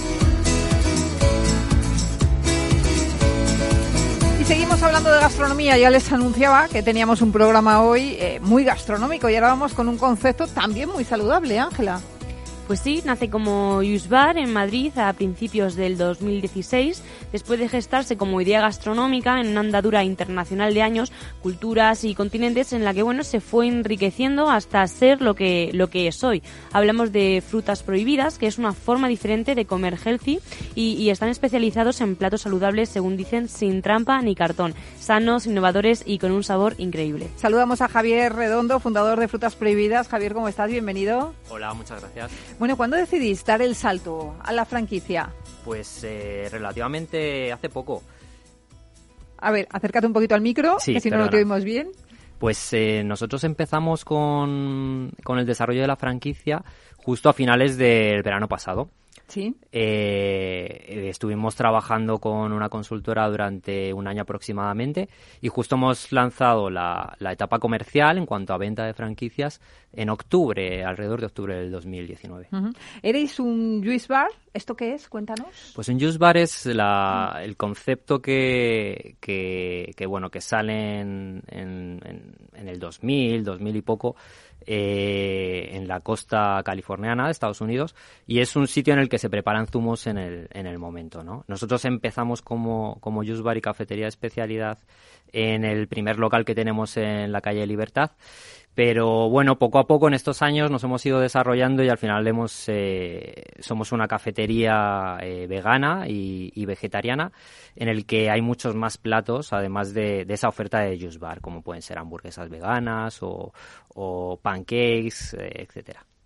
Seguimos hablando de gastronomía. Ya les anunciaba que teníamos un programa hoy eh, muy gastronómico y ahora vamos con un concepto también muy saludable, Ángela. Pues sí, nace como Just Bar en Madrid a principios del dos mil dieciséis, después de gestarse como idea gastronómica en una andadura internacional de años, culturas y continentes en la que bueno se fue enriqueciendo hasta ser lo que lo que es hoy. Hablamos de Frutas Prohibidas, que es una forma diferente de comer healthy y, y están especializados en platos saludables, según dicen, sin trampa ni cartón, sanos, innovadores y con un sabor increíble. Saludamos a Javier Redondo, fundador de Frutas Prohibidas. Javier, ¿cómo estás? Bienvenido. Hola, muchas gracias. Bueno, ¿cuándo decidís dar el salto a la franquicia? Pues eh, relativamente hace poco. A ver, acércate un poquito al micro, sí, que si perdona. no lo te oímos bien. Pues eh, nosotros empezamos con, con el desarrollo de la franquicia justo a finales del verano pasado. Sí. Eh, estuvimos trabajando con una consultora durante un año aproximadamente y justo hemos lanzado la, la etapa comercial en cuanto a venta de franquicias en octubre, alrededor de octubre del dos mil diecinueve. Uh-huh. ¿Erais un juice bar? ¿Esto qué es? Cuéntanos. Pues un juice bar es la, el concepto que, que, que bueno que sale en, en, en el dos mil, dos mil y poco. Eh, en la costa californiana de Estados Unidos y es un sitio en el que se preparan zumos en el, en el momento, ¿no? Nosotros empezamos como, como juice bar y cafetería de especialidad en el primer local que tenemos en la calle Libertad, pero bueno, poco a poco en estos años nos hemos ido desarrollando y al final hemos eh, somos una cafetería eh, vegana y, y vegetariana en el que hay muchos más platos además de, de esa oferta de juice bar, como pueden ser hamburguesas veganas o, o pancakes, eh, etcétera.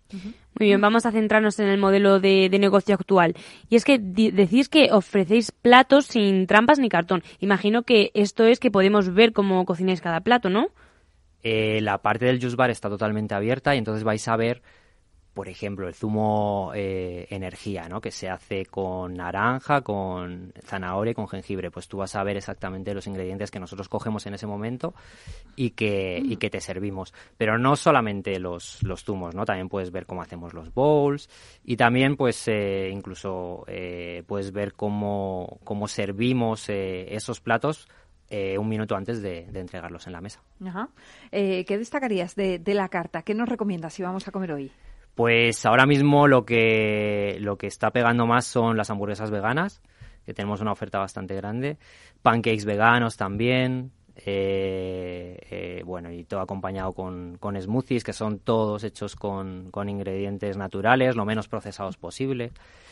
Muy bien, vamos a centrarnos en el modelo de, de negocio actual. Y es que di- decís que ofrecéis platos sin trampas ni cartón. Imagino que esto es que podemos ver cómo cocináis cada plato, ¿no? Eh, la parte del juice bar está totalmente abierta y entonces vais a ver, por ejemplo, el zumo eh, energía, ¿no? Que se hace con naranja, con zanahoria y con jengibre. Pues tú vas a ver exactamente los ingredientes que nosotros cogemos en ese momento y que, mm. y que te servimos. Pero no solamente los, los zumos, ¿no? También puedes ver cómo hacemos los bowls y también, pues, eh, incluso eh, puedes ver cómo, cómo servimos eh, esos platos Eh, un minuto antes de, de entregarlos en la mesa. Ajá. Eh, ¿Qué destacarías de, de la carta? ¿Qué nos recomiendas si vamos a comer hoy? Pues ahora mismo lo que lo que está pegando más son las hamburguesas veganas, que tenemos una oferta bastante grande, pancakes veganos también, eh, eh, bueno, y todo acompañado con, con smoothies, que son todos hechos con, con ingredientes naturales, lo menos procesados posible.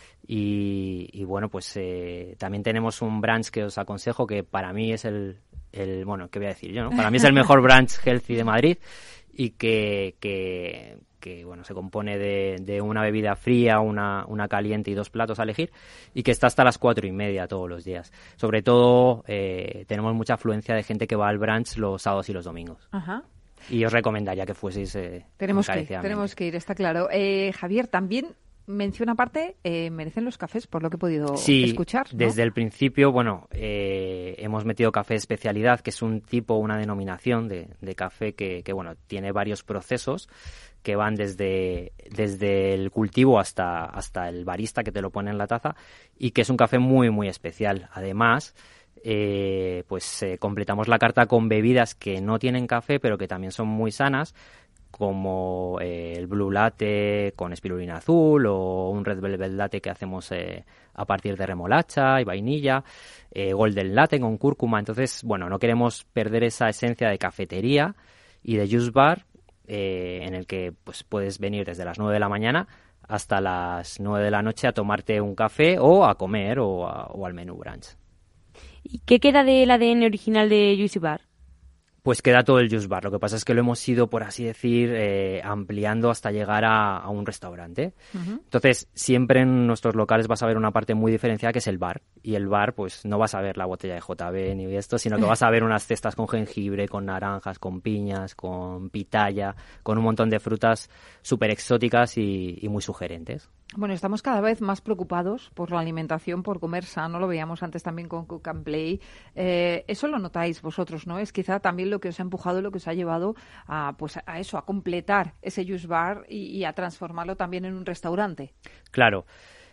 Y, y bueno, pues eh, también tenemos un brunch que os aconsejo, que para mí es el, el bueno, ¿qué voy a decir yo, no? Para mí es el mejor brunch healthy de Madrid y que, que, que bueno, se compone de, de una bebida fría, una, una caliente y dos platos a elegir, y que está hasta las cuatro y media todos los días. Sobre todo eh, tenemos mucha afluencia de gente que va al brunch los sábados y los domingos. Ajá. Y os recomendaría que fueseis eh, tenemos que ir, tenemos que ir, está claro. Eh, Javier, también menciona aparte, eh, merecen los cafés, por lo que he podido sí, escuchar, ¿no? Desde el principio, bueno, eh, hemos metido café especialidad, que es un tipo, una denominación de, de café que, que, bueno, tiene varios procesos que van desde, desde el cultivo hasta, hasta el barista que te lo pone en la taza, y que es un café muy, muy especial. Además, eh, pues eh, completamos la carta con bebidas que no tienen café, pero que también son muy sanas, como eh, el Blue Latte con espirulina azul o un Red Velvet Latte que hacemos eh, a partir de remolacha y vainilla, eh, Golden Latte con cúrcuma. Entonces, bueno, no queremos perder esa esencia de cafetería y de juice bar, eh, en el que pues puedes venir desde las nueve de la mañana hasta las nueve de la noche a tomarte un café o a comer o, a, o al menú brunch. ¿Y qué queda del A D N original de Juicy Bar? Pues queda todo el juice bar. Lo que pasa es que lo hemos ido, por así decir, eh, ampliando hasta llegar a, a un restaurante. Uh-huh. Entonces, siempre en nuestros locales vas a ver una parte muy diferenciada que es el bar. Y el bar, pues no vas a ver la botella de J B ni esto, sino que vas a ver unas cestas con jengibre, con naranjas, con piñas, con pitaya, con un montón de frutas súper exóticas y, y muy sugerentes. Bueno, estamos cada vez más preocupados por la alimentación, por comer sano. Lo veíamos antes también con Cook and Play. Eh, eso lo notáis vosotros, ¿no? Es quizá también lo que os ha empujado, lo que os ha llevado a, pues, a eso, a completar ese juice bar y, y a transformarlo también en un restaurante. Claro.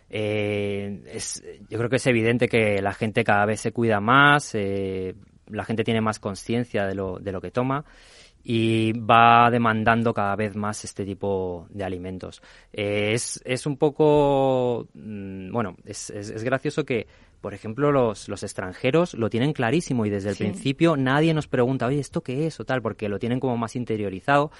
Eh, es, yo creo que es evidente que la gente cada vez se cuida más, eh, la gente tiene más conciencia de lo, de lo que toma y va demandando cada vez más este tipo de alimentos. Eh, es, es un poco, mmm, bueno, es, es, es gracioso que, por ejemplo, los, los extranjeros lo tienen clarísimo y desde el sí. principio nadie nos pregunta, oye, ¿esto qué es? O tal, porque lo tienen como más interiorizado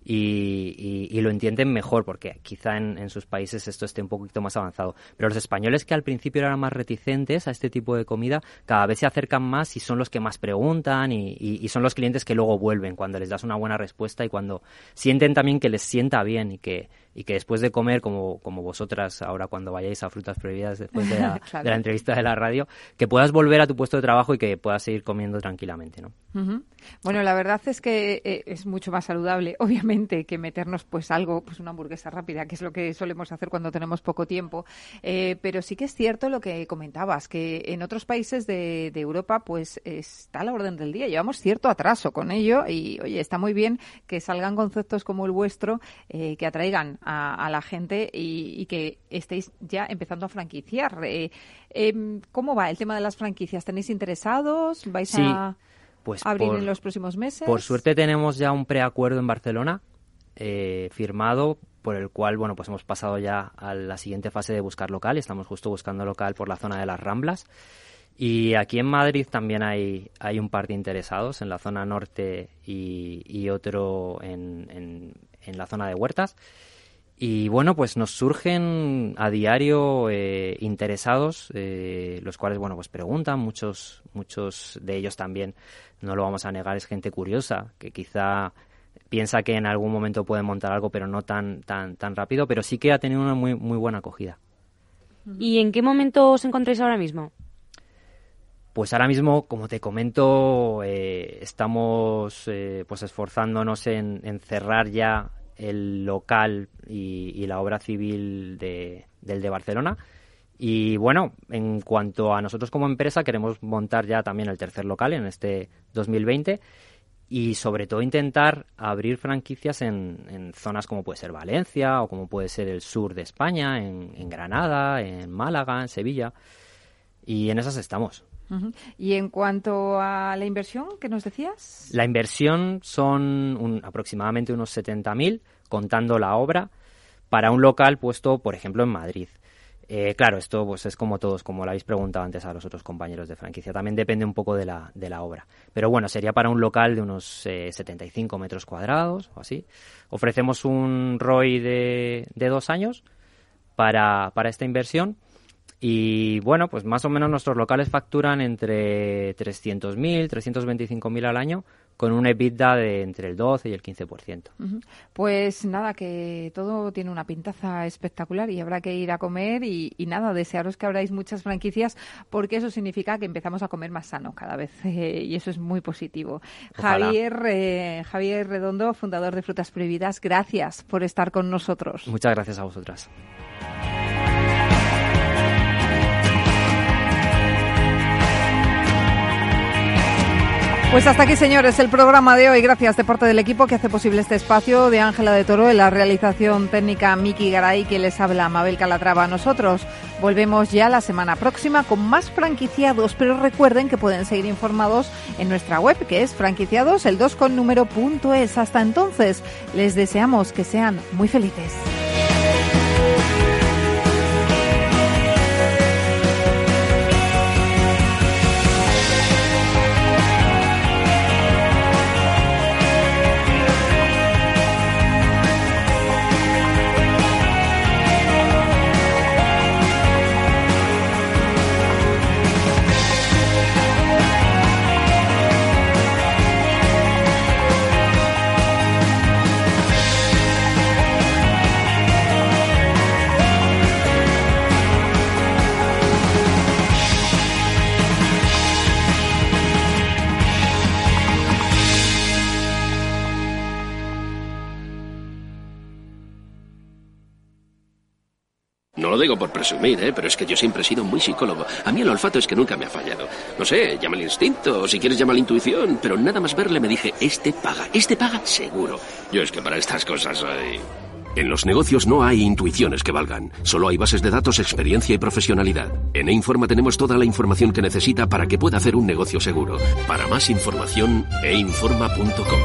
y, y, y lo entienden mejor, porque quizá en, en sus países esto esté un poquito más avanzado. Pero los españoles, que al principio eran más reticentes a este tipo de comida, cada vez se acercan más y son los que más preguntan y, y, y son los clientes que luego vuelven cuando les das una buena respuesta y cuando sienten también que les sienta bien y que y que después de comer, como, como vosotras ahora cuando vayáis a Frutas Prohibidas después de la, claro. de la entrevista de la radio, que puedas volver a tu puesto de trabajo y que puedas seguir comiendo tranquilamente, ¿no? Uh-huh. Bueno, la verdad es que eh, es mucho más saludable, obviamente, que meternos pues algo, pues una hamburguesa rápida, que es lo que solemos hacer cuando tenemos poco tiempo, eh, pero sí que es cierto lo que comentabas, que en otros países de, de Europa pues está a la orden del día, llevamos cierto atraso con ello y, oye, está muy bien que salgan conceptos como el vuestro, eh, que atraigan A, a la gente y, y que estéis ya empezando a franquiciar. Eh, eh, ¿Cómo va el tema de las franquicias? ¿Tenéis interesados? ¿Vais sí, a pues abrir por, en los próximos meses? Por suerte tenemos ya un preacuerdo en Barcelona eh, firmado, por el cual, bueno, pues hemos pasado ya a la siguiente fase de buscar local. Estamos justo buscando local por la zona de las Ramblas. Y aquí en Madrid también hay, hay un par de interesados en la zona norte y, y otro en, en, en la zona de Huertas. Y bueno, pues nos surgen a diario eh, interesados, eh, los cuales, bueno, pues preguntan, muchos muchos de ellos también, no lo vamos a negar, es gente curiosa, que quizá piensa que en algún momento puede montar algo, pero no tan tan tan rápido, pero sí que ha tenido una muy muy buena acogida. ¿Y en qué momento os encontráis ahora mismo? Pues ahora mismo, como te comento, eh, estamos eh, pues esforzándonos en, en cerrar ya el local y, y la obra civil de, del de Barcelona. Y bueno, en cuanto a nosotros como empresa, queremos montar ya también el tercer local en este dos mil veinte y sobre todo intentar abrir franquicias en, en zonas como puede ser Valencia o como puede ser el sur de España, en, en Granada, en Málaga, en Sevilla, y en esas estamos. Uh-huh. Y en cuanto a la inversión, ¿qué nos decías? La inversión son un, aproximadamente unos setenta mil, contando la obra, para un local puesto, por ejemplo, en Madrid. Eh, claro, esto pues es como todos, como lo habéis preguntado antes a los otros compañeros de franquicia. También depende un poco de la, de la obra. Pero bueno, sería para un local de unos eh, setenta y cinco metros cuadrados o así. Ofrecemos un R O I de, de dos años para, para esta inversión. Y bueno, pues más o menos nuestros locales facturan entre trescientos mil, trescientos veinticinco mil al año, con un EBITDA de entre el doce y el quince por ciento. Uh-huh. Pues nada, que todo tiene una pintaza espectacular y habrá que ir a comer y, y nada, desearos que abráis muchas franquicias porque eso significa que empezamos a comer más sano cada vez eh, y eso es muy positivo. Ojalá. Javier, eh, Javier Redondo, fundador de Frutas Prohibidas, gracias por estar con nosotros. Muchas gracias a vosotras. Pues hasta aquí, señores, el programa de hoy. Gracias de parte del equipo que hace posible este espacio, de Ángela de Toro, en la realización técnica Miki Garay, que les habla Mabel Calatrava. Nosotros volvemos ya la semana próxima con más franquiciados, pero recuerden que pueden seguir informados en nuestra web, que es franquiciados el dos con número punto es. Hasta entonces, les deseamos que sean muy felices. No lo digo por presumir, ¿eh? Pero es que yo siempre he sido muy psicólogo. A mí el olfato es que nunca me ha fallado. No sé, llama el instinto, o si quieres llama la intuición, pero nada más verle me dije, este paga, este paga seguro. Yo es que para estas cosas soy... En los negocios no hay intuiciones que valgan. Solo hay bases de datos, experiencia y profesionalidad. En E-Informa tenemos toda la información que necesita para que pueda hacer un negocio seguro. Para más información, e informa punto com.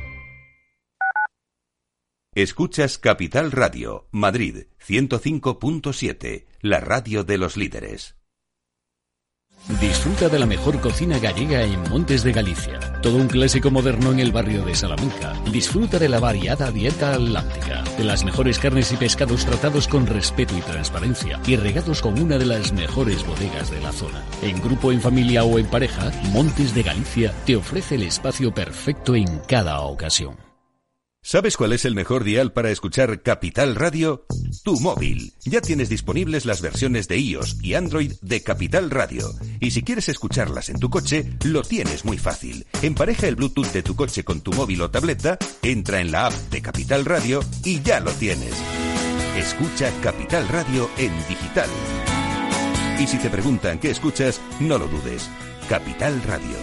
Escuchas Capital Radio, Madrid, ciento cinco punto siete, la radio de los líderes. Disfruta de la mejor cocina gallega en Montes de Galicia. Todo un clásico moderno en el barrio de Salamanca. Disfruta de la variada dieta atlántica, de las mejores carnes y pescados tratados con respeto y transparencia y regados con una de las mejores bodegas de la zona. En grupo, en familia o en pareja, Montes de Galicia te ofrece el espacio perfecto en cada ocasión. ¿Sabes cuál es el mejor dial para escuchar Capital Radio? Tu móvil. Ya tienes disponibles las versiones de iOS y Android de Capital Radio. Y si quieres escucharlas en tu coche, lo tienes muy fácil. Empareja el Bluetooth de tu coche con tu móvil o tableta, entra en la app de Capital Radio y ya lo tienes. Escucha Capital Radio en digital. Y si te preguntan qué escuchas, no lo dudes. Capital Radio.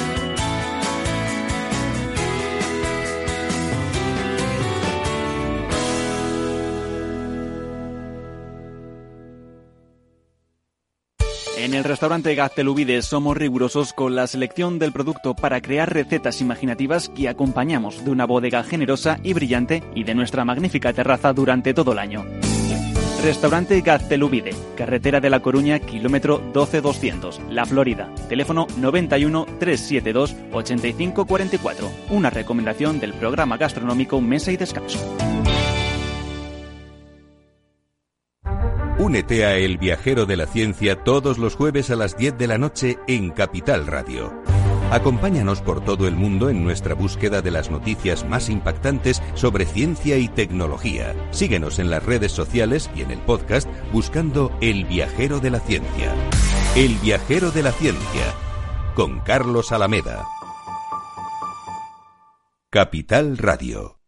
En el restaurante Gaztelubides somos rigurosos con la selección del producto para crear recetas imaginativas que acompañamos de una bodega generosa y brillante y de nuestra magnífica terraza durante todo el año. Restaurante Gaztelubide, carretera de La Coruña, kilómetro doce doscientos, La Florida. Teléfono noventa y uno, trescientos setenta y dos, ochenta y cinco cuarenta y cuatro. Una recomendación del programa gastronómico Mesa y Descanso. Únete a El Viajero de la Ciencia todos los jueves a las diez de la noche en Capital Radio. Acompáñanos por todo el mundo en nuestra búsqueda de las noticias más impactantes sobre ciencia y tecnología. Síguenos en las redes sociales y en el podcast buscando El Viajero de la Ciencia. El Viajero de la Ciencia, con Carlos Alameda. Capital Radio.